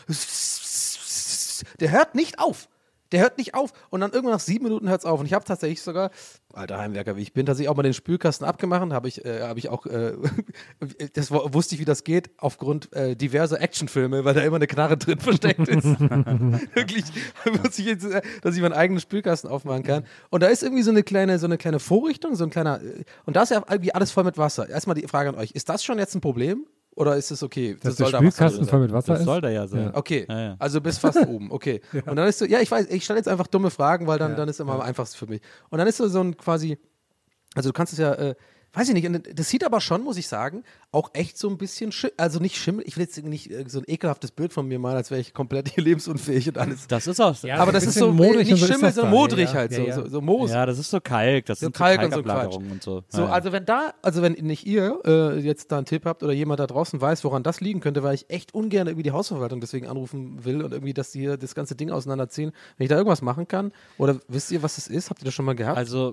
Der hört nicht auf. Der hört nicht auf. Und dann irgendwann nach sieben Minuten hört es auf. Und ich habe tatsächlich sogar, alter Heimwerker wie ich bin, tatsächlich auch mal den Spülkasten abgemacht. Habe ich, äh, hab ich auch, äh, das w- wusste ich, wie das geht, aufgrund äh, diverser Actionfilme, weil da immer eine Knarre drin versteckt ist. Wirklich, wusste ich jetzt, äh, dass ich meinen eigenen Spülkasten aufmachen kann. Und da ist irgendwie so eine kleine, so eine kleine Vorrichtung, so ein kleiner, äh, und da ist ja irgendwie alles voll mit Wasser. Erstmal die Frage an euch, ist das schon jetzt ein Problem? Oder ist es okay? Dass soll der da Wasser Spülkasten drin voll sein? mit Wasser Das ist. soll da ja sein. Ja. Okay, Ja, ja. also bis fast oben, okay. Und dann ist so, ja, ich weiß, ich stelle jetzt einfach dumme Fragen, weil dann, Ja, dann ist immer ja. am einfachsten für mich. Und dann ist so, so ein quasi, also du kannst es ja, äh, weiß ich nicht, und das sieht aber schon, muss ich sagen, auch echt so ein bisschen, schi- also nicht Schimmel, ich will jetzt nicht äh, so ein ekelhaftes Bild von mir malen, als wäre ich komplett hier lebensunfähig und alles. Das ist auch so. Ja, aber so ein das ist bisschen so, modrig nicht und so ist Schimmel, das sondern da. modrig Ja, ja. halt, Ja, so, ja. so, so Moos. Ja, das ist so Kalk, das So sind Kalk so und so ein Kalkablagerungen und so. So, Ja, ja. also wenn da, also wenn nicht ihr äh, jetzt da einen Tipp habt oder jemand da draußen weiß, woran das liegen könnte, weil ich echt ungern irgendwie die Hausverwaltung deswegen anrufen will und irgendwie, dass die hier das ganze Ding auseinanderziehen, wenn ich da irgendwas machen kann, oder wisst ihr, was das ist? Habt ihr das schon mal gehabt? Also,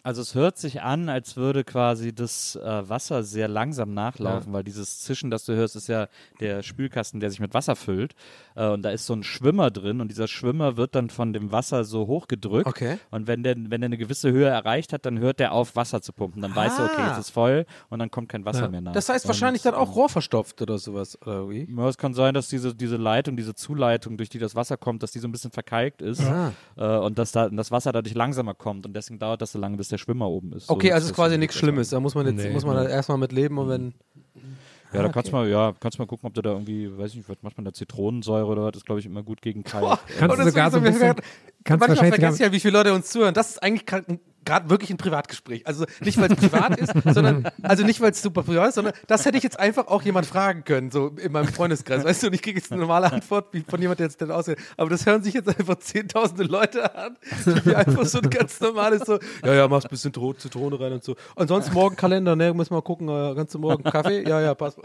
Also es hört sich an, als würde quasi das äh, Wasser sehr langsam nachlaufen, ja. weil dieses Zischen, das du hörst, ist ja der Spülkasten, der sich mit Wasser füllt. Äh, und da ist so ein Schwimmer drin und dieser Schwimmer wird dann von dem Wasser so hochgedrückt. Okay. Und wenn der, wenn der eine gewisse Höhe erreicht hat, dann hört der auf, Wasser zu pumpen. Dann ah. weiß er, okay, jetzt ist voll und dann kommt kein Wasser ja. mehr nach. Das heißt und, wahrscheinlich dann auch rohrverstopft oder sowas, oder wie? Ja, es kann sein, dass diese, diese Leitung, diese Zuleitung, durch die das Wasser kommt, dass die so ein bisschen verkalkt ist ja. äh, und dass da das Wasser dadurch langsamer kommt und deswegen dauert das so lange, bis der Schwimmer oben ist. Okay, so, also ist quasi nichts Schlimmes. Da muss man jetzt nee, muss man nee. da erstmal mit leben und wenn. Ja, ah, da kannst du okay. mal, ja, kannst mal gucken, ob du da irgendwie, weiß ich nicht, was macht man da, Zitronensäure oder was, das ist, glaube ich, immer gut gegen Kalk. Boah, Kannst du sogar so ein bisschen, kannst manchmal wahrscheinlich vergesse ich ja, wie viele Leute uns zuhören. Das ist eigentlich gerade wirklich ein Privatgespräch. Also nicht, weil es privat ist, sondern, also nicht, weil es super privat ist, sondern das hätte ich jetzt einfach auch jemand fragen können, so in meinem Freundeskreis. Weißt du, und ich kriege jetzt eine normale Antwort wie von jemandem, der jetzt nicht aussieht. Aber das hören sich jetzt einfach zehntausende Leute an, die einfach so ein ganz normales so, ja, ja, machst ein bisschen Zitrone rein und so. Ansonsten morgen Kalender, ne, müssen wir mal gucken, äh, kannst du morgen Kaffee? Ja, ja, passt.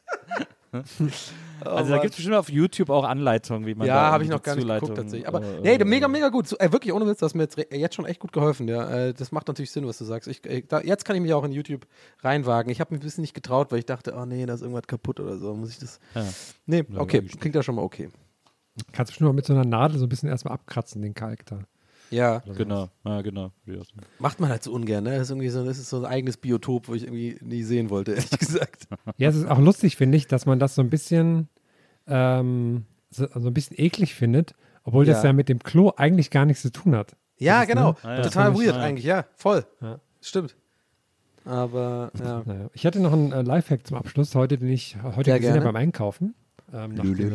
Also da gibt es bestimmt auf YouTube auch Anleitungen, wie man ja, da habe ich noch gar nicht geguckt tatsächlich. Aber äh, nee, mega, mega gut. So, äh, wirklich, ohne Witz, das hast mir jetzt, jetzt schon echt gut geholfen. Ja. Äh, das macht natürlich Sinn, was du sagst. Ich, äh, da, jetzt kann ich mich auch in YouTube reinwagen. Ich habe mich ein bisschen nicht getraut, weil ich dachte, oh nee, da ist irgendwas kaputt oder so. Muss ich das... Ja. Nee, okay, klingt ja schon mal okay. Kannst du bestimmt mal mit so einer Nadel so ein bisschen erstmal abkratzen, den Kalk da. Ja. Genau, ja, genau. Macht man halt so ungern, ne? Das ist irgendwie so, das ist so ein eigenes Biotop, wo ich irgendwie nie sehen wollte, ehrlich gesagt. Ja, es ist auch lustig, finde ich, dass man das so ein bisschen ähm, so, so ein bisschen eklig findet, obwohl Ja. das ja mit dem Klo eigentlich gar nichts zu tun hat. Ja, Das ist, genau. ne? Ah, ja. Total Das weird ich- ja. eigentlich, ja, voll. Ja. Stimmt. Aber, ja. Naja. Ich hatte noch einen äh, Lifehack zum Abschluss heute, den ich heute Ja, gesehen gerne. habe beim Einkaufen. Ähm, nach dem-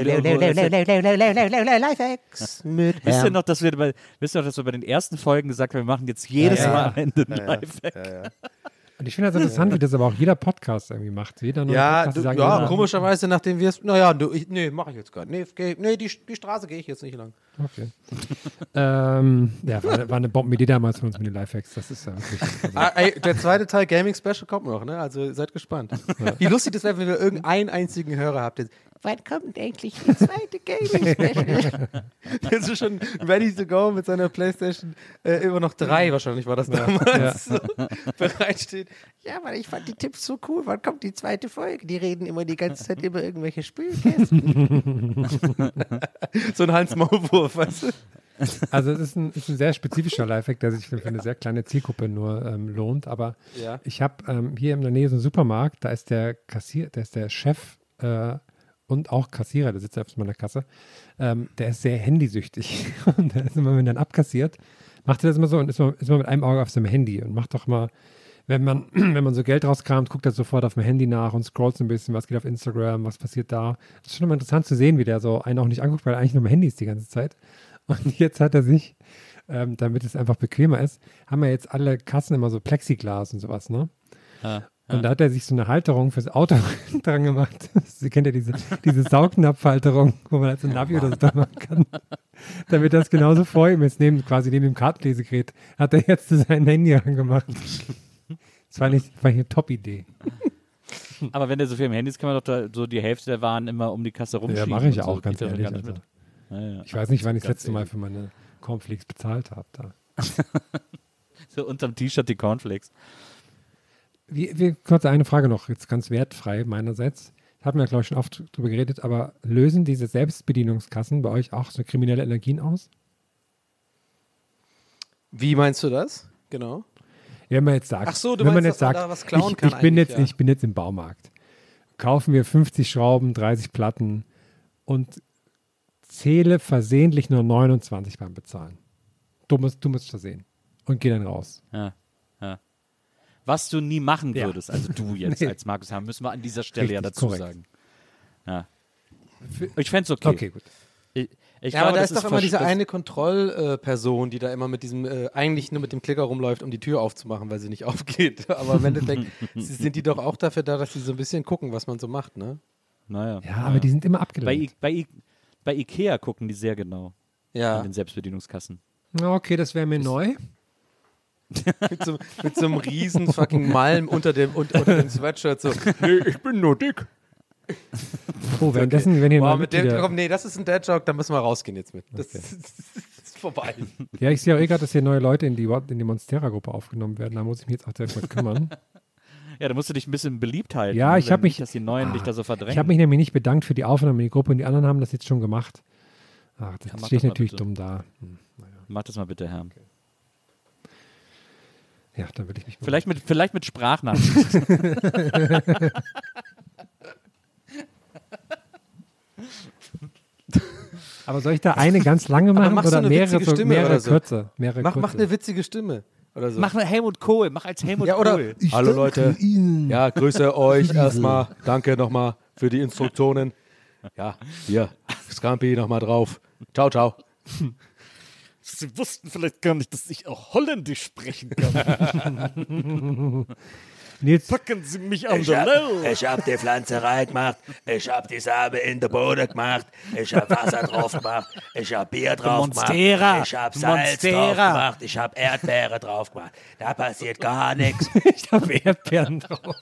Lifehacks mit Wisst ihr Herrn. noch, dass wir bei, wisst ihr noch, dass wir bei den ersten Folgen gesagt haben, wir machen jetzt jedes Ja, ja. Mal am Ende ein Ja, ja. Lifehack. Ja, ja. Und ich finde das interessant, wie das aber auch jeder Podcast irgendwie macht. Jeder neue Ja, Podcast, du, die sagen, ja, ja, komischerweise, nachdem wir es. Naja, du, ich, nee, mach ich jetzt gar nicht. Nee, geh, nee die, die Straße gehe ich jetzt nicht lang. Okay. ähm, ja, war, war eine Bombenidee damals von uns mit den Lifehacks. Das ist ja wirklich. Also, Ah, ey, der zweite Teil Gaming Special kommt noch, ne? Also seid gespannt. Wie lustig das wäre, wenn wir irgendeinen einzigen Hörer habt. Der, Wann kommt endlich die zweite Gaming-Special? der ist so schon ready to go mit seiner Playstation. Äh, immer noch drei wahrscheinlich war das damals. So, bereitsteht. Ja, weil ich fand die Tipps so cool. Wann kommt die zweite Folge? Die reden immer die ganze Zeit über irgendwelche Spülkästen. So ein Hans-Maulwurf, weißt du? also es ist ein, ist ein sehr spezifischer Lifehack, der sich für eine sehr kleine Zielgruppe nur ähm, lohnt. Aber Ja. ich habe ähm, hier in der Nähe so einen Supermarkt, da ist der Kassier, der ist der Chef äh, und auch Kassierer, der sitzt auf meiner Kasse, ähm, der ist sehr handysüchtig. Und der ist immer, wenn er dann abkassiert, macht er das immer so und ist immer, ist immer mit einem Auge auf seinem Handy und macht doch mal, wenn man, wenn man so Geld rauskramt, guckt er sofort auf dem Handy nach und scrollt so ein bisschen, was geht auf Instagram, was passiert da. Das ist schon immer interessant zu sehen, wie der so einen auch nicht anguckt, weil er eigentlich nur am Handy ist die ganze Zeit. Und jetzt hat er sich, ähm, damit es einfach bequemer ist, haben wir jetzt alle Kassen immer so Plexiglas und sowas, ne? Ja. Und da hat er sich so eine Halterung fürs Auto dran gemacht. Sie kennt ja diese, diese Saugnapfhalterung, wo man halt so ein Navi oder so dran machen kann. Damit das genauso vor ihm ist, neben, quasi neben dem Kartenlesegerät, hat er jetzt sein Handy angemacht. Das war nicht, war eine Top-Idee. Aber wenn der so viel im Handy ist, kann man doch da so die Hälfte der Waren immer um die Kasse Ja, rumschieben. mache ich und so. auch, ganz Geht ja ehrlich. gar nicht Also. mit. Ja, ja. Ich weiß nicht, wann ich das Ganz letzte Mal ehrlich. für meine Cornflakes bezahlt habe. Da. So unterm T-Shirt die Cornflakes. Wie, wie, kurz eine Frage noch, jetzt ganz wertfrei meinerseits. Hatten wir, glaube ich, schon oft drüber geredet, aber lösen diese Selbstbedienungskassen bei euch auch so kriminelle Energien aus? Wie meinst du das? Genau. Wenn man jetzt sagt, Ach so, du wenn man meinst, jetzt dass man sagt, da was klauen ich, kann ich, bin eigentlich, jetzt, ja. ich bin jetzt im Baumarkt, kaufen wir fünfzig Schrauben, dreißig Platten und zähle versehentlich nur neunundzwanzig beim Bezahlen. Dummes, dummes Versehen. Und gehe dann raus. Ja, ja. Was du nie machen Ja. würdest, also du jetzt Nee. als Markus Haben, müssen wir an dieser Stelle ja Richtig, dazu korrekt. sagen. Ja. Ich fände es okay. Okay, gut. Ich, ich Ja, glaube, aber da das ist doch immer diese versch- eine Kontrollperson, die da immer mit diesem, äh, eigentlich nur mit dem Klicker rumläuft, um die Tür aufzumachen, weil sie nicht aufgeht. Aber im Endeffekt sind die doch auch dafür da, dass sie so ein bisschen gucken, was man so macht, ne? Naja. Ja, aber die sind immer bei, abgelenkt. I- bei, I- bei Ikea gucken die sehr genau Ja. an den Selbstbedienungskassen. Na, okay, das wäre mir neu. mit, so, mit so einem riesen fucking Malm unter dem, unter, unter dem Sweatshirt so, nee, ich bin nur dick. Oh, währenddessen, wenn ihr Boah, mal mit dem, Mitglieder- komm, nee, das ist ein Dad-Joke, da müssen wir rausgehen jetzt mit. Das, Okay. das ist vorbei. Ja, ich sehe auch eh gerade, dass hier neue Leute in die, in die Monstera-Gruppe aufgenommen werden. Da muss ich mich jetzt auch direkt mal kümmern. Ja, da musst du dich ein bisschen beliebt halten. Ja, ich habe mich, nicht, dass die Neuen ah, dich da so verdrängen. Ich habe mich nämlich nicht bedankt für die Aufnahme in die Gruppe und die anderen haben das jetzt schon gemacht. Ach, das Ja, stehe ich das natürlich bitte. dumm da. Hm, naja. Mach das mal bitte, Herr. Okay. Ja, dann würde ich mich mal Vielleicht mit, vielleicht mit Sprachnachrichten. Aber soll ich da eine ganz lange machen mach so oder eine mehrere, witzige so, Stimme mehrere oder so. kürzer? Mehrere Mach, mach kurze. eine witzige Stimme. Oder so. Mach mal Helmut Kohl, mach als Helmut ja, oder, Kohl. Hallo Leute, ja, grüße euch erstmal. Danke nochmal für die Instruktionen. Ja, hier, Scampi nochmal drauf. Ciao, ciao. Sie wussten vielleicht gar nicht, dass ich auch Holländisch sprechen kann. Nils, Packen Sie mich an Ich der hab, Lau. ich hab die Pflanzerei gemacht, ich hab die Samen in den Boden gemacht, ich hab Wasser drauf gemacht, ich hab Bier drauf Monstera, gemacht, ich hab Salz Monstera. drauf gemacht, ich hab Erdbeere drauf gemacht. Da passiert gar nichts. ich habe Erdbeeren drauf.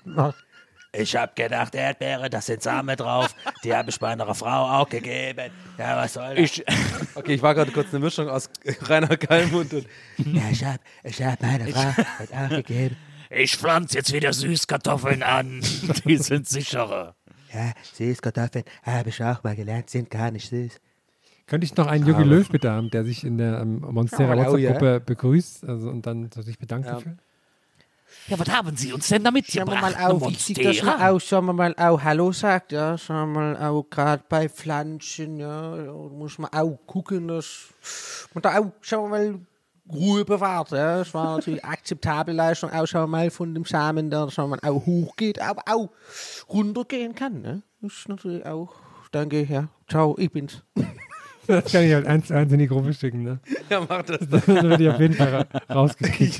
Ich hab gedacht, Erdbeere, da sind Samen drauf, die habe ich meiner Frau auch gegeben. Ja, was soll das? Ich, Okay, ich war gerade kurz eine Mischung aus Rainer Kallmund und ja, ich hab, ich hab meiner Frau das auch gegeben. Ich pflanze jetzt wieder Süßkartoffeln an. Die sind sicherer. Ja, Süßkartoffeln, habe ich auch mal gelernt, sind gar nicht süß. Könnte ich noch einen Jogi Löw bitte haben, der sich in der ähm, Monstera Oh, oh, WhatsApp-Gruppe begrüßt also, und dann so sich bedankt Ja. dafür? Ja, was haben Sie uns denn damit Schauen wir gebracht? mal auf, wie sieht das mal aus? Schauen wir mal auch Hallo sagt, ja. Schauen wir mal auch gerade bei Pflanzen, ja. Da muss man auch gucken, dass man da auch, schauen wir mal, Ruhe bewahrt, ja. Das war natürlich akzeptable Leistung, auch schauen wir mal von dem Samen, der schauen wir mal auch hochgeht, aber auch runtergehen kann, ne. Das ist natürlich auch, danke, ja. Ciao, ich bin's. Das kann ich halt eins zu eins in die Gruppe schicken, ne? ja, mach das. Dann wird die auf jeden Fall ra- rausgekickt.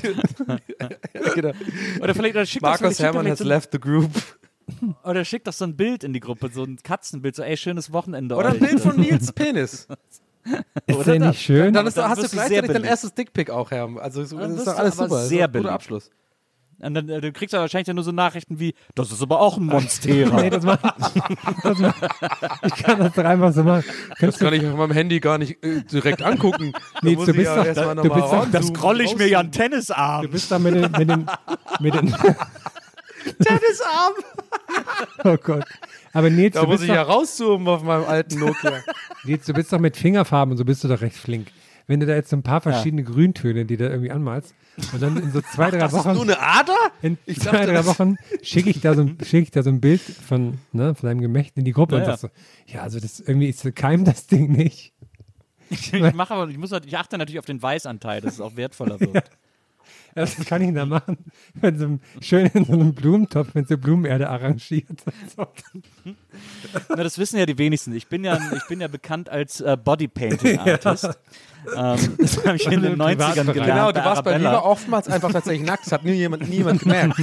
genau. oder vielleicht oder schick doch Markus so- schick doch Herrmann vielleicht has so, left the group. Oder schick doch so ein Bild in die Gruppe, so ein Katzenbild, so ey, schönes Wochenende. Oder ein euch. Bild von Nils Penis. Ist der nicht schön? Dann, ist, Dann hast du wirst du sehr gleichzeitig dein beliebt. erstes Dickpick auch, Herr. Also so, Dann das ist wirst doch du alles aber super. Das ist sehr doch ein guter beliebt. Abschluss. Und dann äh, du kriegst aber wahrscheinlich dann nur so Nachrichten wie, das ist aber auch ein Monstera. Nee, das mach, das mach, ich kann das doch einfach so machen. Das Könntest du, kann ich auf meinem Handy gar nicht äh, direkt angucken. Da Nils, muss du ich bist ja doch- erst mal du noch mal bist doch- ranzoomen, Das scroll ich mir ja einen du Tennisarm. bist da mit den, mit den, mit den Tennisarm. oh Gott. Aber Nils, Da du muss bist ich doch, ja rauszoomen auf meinem alten Nokia. Nils, du bist doch mit Fingerfarben und so bist du doch recht flink. Wenn du da jetzt so ein paar verschiedene Grüntöne, die du irgendwie anmalst und dann in so zwei, drei Wochen, Nur eine Ader? in Ich zwei, dachte, drei das- Wochen schicke ich, da so ein- schick ich da so ein Bild von, ne, von deinem Gemächt in die Gruppe Ja, und ja. sagst so, ja, also das irgendwie ist keim das Ding nicht. Ich mache aber, ich muss, halt- ich achte natürlich auf den Weißanteil, dass es auch wertvoller wird. Ja. Was kann ich denn da machen? Wenn so ein, schön in so einem Blumentopf mit so Blumenerde arrangiert. So. Na, das wissen ja die wenigsten. Ich bin ja, ich bin ja bekannt als äh, Bodypainting-Artist. Ähm, das habe ich in den Im neunzigern Privatbereich. gelernt. Genau, du bei warst bei Arabella. Viva oftmals einfach tatsächlich nackt. Das hat nie jemand, niemand gemerkt.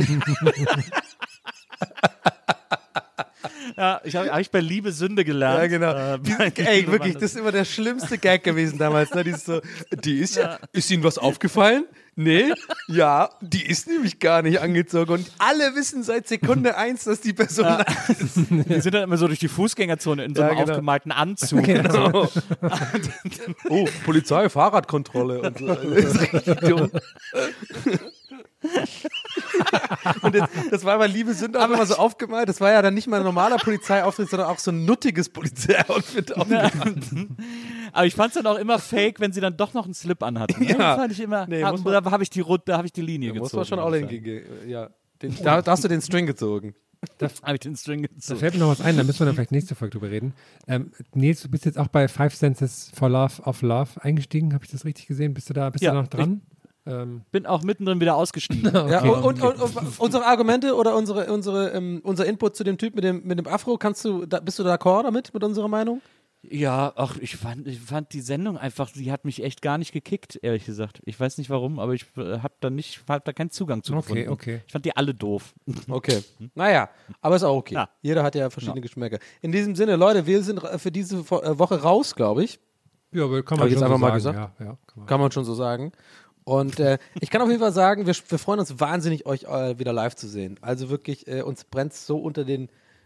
Ja, ich habe hab ich bei Liebe Sünde gelernt. Ja, genau. Äh, Dieses- bei Ey, Liebe wirklich, Mann, das ist immer der schlimmste Gag gewesen damals. Ne? Dieses so, die ist ja, ist Ihnen was aufgefallen? Nee? Ja, die ist nämlich gar nicht angezogen. Und alle wissen seit Sekunde eins, dass die Person Ja. Die sind dann immer so durch die Fußgängerzone in so einem Ja, genau. aufgemalten Anzug. Genau. Oh, Polizei, Fahrradkontrolle und so. Das ist richtig dumm. Und das, das war bei Liebe Sünde auch immer so aufgemalt. Das war ja dann nicht mal ein normaler Polizeiauftritt, sondern auch so ein nuttiges Polizeioutfit. Aber ich fand es dann auch immer fake, wenn sie dann doch noch einen Slip anhatten. Ne? Ja. Das fand ich immer, Nee, hab, muss man- da habe ich, die Rot- da hab ich die Linie Da muss gezogen. man schon all in gehen. Ja, den, da, da hast du den String gezogen. Habe ich den String Da gezogen. fällt mir noch was ein, da müssen wir dann vielleicht nächste Folge drüber reden. Ähm, Nils, du bist jetzt auch bei Five Senses for Love of Love eingestiegen, habe ich das richtig gesehen? Bist du da, bist Ja, du noch dran? Ähm, Bin auch mittendrin wieder ausgestiegen. Ja, Okay. und, und, und, und unsere Argumente oder unsere, unsere, ähm, unser Input zu dem Typ mit dem, mit dem Afro, kannst du, da, bist du d'accord damit, mit unserer Meinung? Ja, ach, ich fand, ich fand die Sendung einfach, die hat mich echt gar nicht gekickt, ehrlich gesagt. Ich weiß nicht warum, aber ich äh, habe da nicht, hab da keinen Zugang zu Okay, gefunden. okay. Ich fand die alle doof. Okay. Naja, aber ist auch okay. Ja. Jeder hat ja verschiedene Geschmäcker. In diesem Sinne, Leute, wir sind äh, für diese Fo- äh, Woche raus, glaube ich. ja, aber kann Hab man ich jetzt schon einfach so mal sagen. gesagt? Ja, ja, kann man. Kann man schon so sagen. Und äh, ich kann auf jeden Fall sagen, wir, wir freuen uns wahnsinnig, euch äh, wieder live zu sehen. Also wirklich, äh, uns brennt so unter den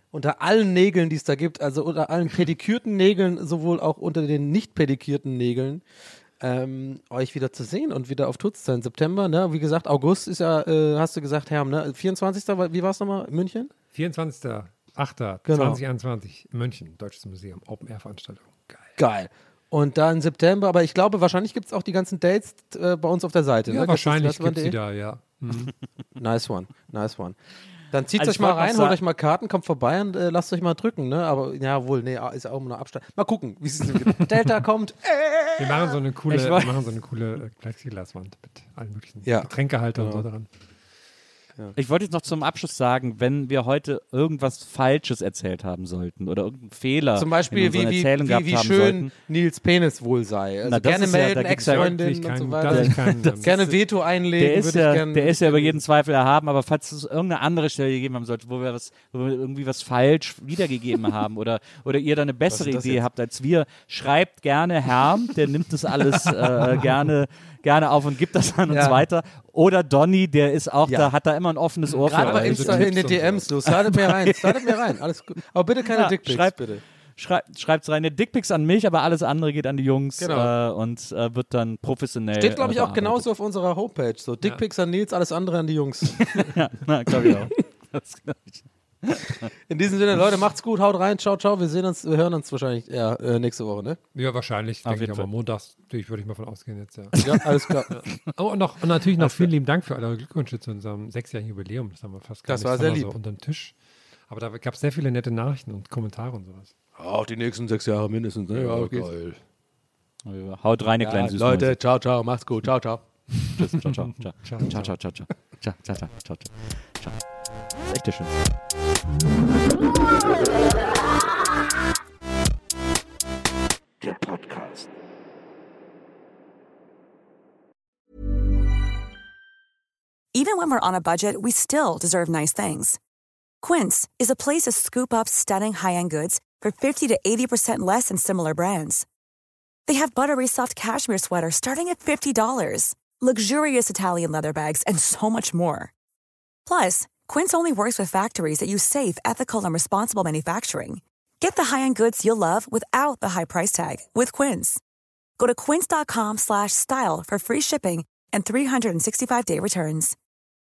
unter allen Nägeln, die es da gibt, also unter allen pedikürten Nägeln, sowohl auch unter den nicht pedikürten Nägeln, ähm, euch wieder zu sehen und wieder auf Tutz sein. September, ne? Wie gesagt, August ist ja, äh, hast du gesagt, Herm, ne? vierundzwanzigster Wie war es nochmal? München? vierundzwanzigster achter Genau. zweitausendeinundzwanzig München, Deutsches Museum, Open-Air-Veranstaltung. Geil. Geil. Und dann September, aber ich glaube, wahrscheinlich gibt es auch die ganzen Dates äh, bei uns auf der Seite. Ja, ne? wahrscheinlich gibt es die die da, ja. Mhm. Nice one, nice one. Dann zieht Also euch ich mal wollte noch rein, sagen- holt euch mal Karten, kommt vorbei und äh, lasst euch mal drücken, ne? Aber ja, wohl, nee, ist ja auch nur Abstand. Mal gucken, wie es Delta kommt. Wir machen so eine coole, Ich wir weiß- machen so eine coole äh, Plexiglaswand mit allen möglichen Ja. Getränkehaltern und Ja. so dran. Ich wollte jetzt noch zum Abschluss sagen, wenn wir heute irgendwas Falsches erzählt haben sollten oder irgendeinen Fehler Zum in Beispiel, unserer wie, wie, Erzählung wie, gehabt wie haben schön sollten. Nils Penis wohl sei. Also Na, das gerne ist ja- melden, da gibt's ja Ex-Freundin wirklich und kein- so da weiter. ist kein- Das Gerne ist- Veto einlegen, Der ist, würde ja, ich gerne. der ist ja über jeden Zweifel erhaben, aber falls es irgendeine andere Stelle gegeben haben sollte, wo wir, was, wo wir irgendwie was falsch wiedergegeben haben oder, oder ihr da eine bessere ist das Idee jetzt? habt als wir, schreibt gerne Herm, der nimmt das alles äh, gerne, gerne auf und gibt das an uns Ja. weiter. Oder Donny, der ist auch Ja. da, hat da immer ein offenes Ohr Gerade für bei euch. Insta in den D Ms, du, startet mir rein, startet mir rein, alles gut. Aber bitte keine Ja, Dickpics, schreibt- bitte. Schreibt, schreibt's rein. Der Dickpics an mich, aber alles andere geht an die Jungs Genau. äh, und äh, wird dann professionell. Steht, glaube ich, äh, auch genauso auf unserer Homepage. So, Dickpics an Nils, alles andere an die Jungs. Ja, na, glaube ich auch. Das glaub ich. In diesem Sinne, Leute, macht's gut, haut rein, ciao, ciao. Wir sehen uns, wir hören uns wahrscheinlich ja, äh, nächste Woche, ne? Ja, wahrscheinlich, Auf denke ich jeden aber. Fall. Montags, natürlich würde ich mal von ausgehen jetzt, ja. Ja, alles klar. Oh, und, noch, und natürlich noch vielen lieben Dank für eure Glückwünsche zu unserem sechsjährigen Jubiläum. Das haben wir fast gar Das nicht war das sehr haben wir lieb. so unter dem Tisch. Aber da gab es sehr viele nette Nachrichten und Kommentare und sowas. Auf die nächsten sechs Jahre mindestens, ne? Ja, geil. Haut rein, ihr Ja, kleinen Süßen. Leute, ciao, ciao, macht's gut, ciao, ciao. Tschüss, ciao, ciao, ciao. Ciao, Ciao, ciao, ciao, ciao. Ciao, ciao, ciao, ciao, ciao. Das ist echt der Schönste. Der Podcast. Even when we're on a budget, we still deserve nice things. Quince is a place to scoop up stunning high-end goods for fifty to eighty percent less than similar brands. They have buttery soft cashmere sweaters starting at fifty dollars, luxurious Italian leather bags, and so much more. Plus, Quince only works with factories that use safe, ethical, and responsible manufacturing. Get the high-end goods you'll love without the high price tag with Quince. Go to quince.com slash style for free shipping and three sixty-five day returns.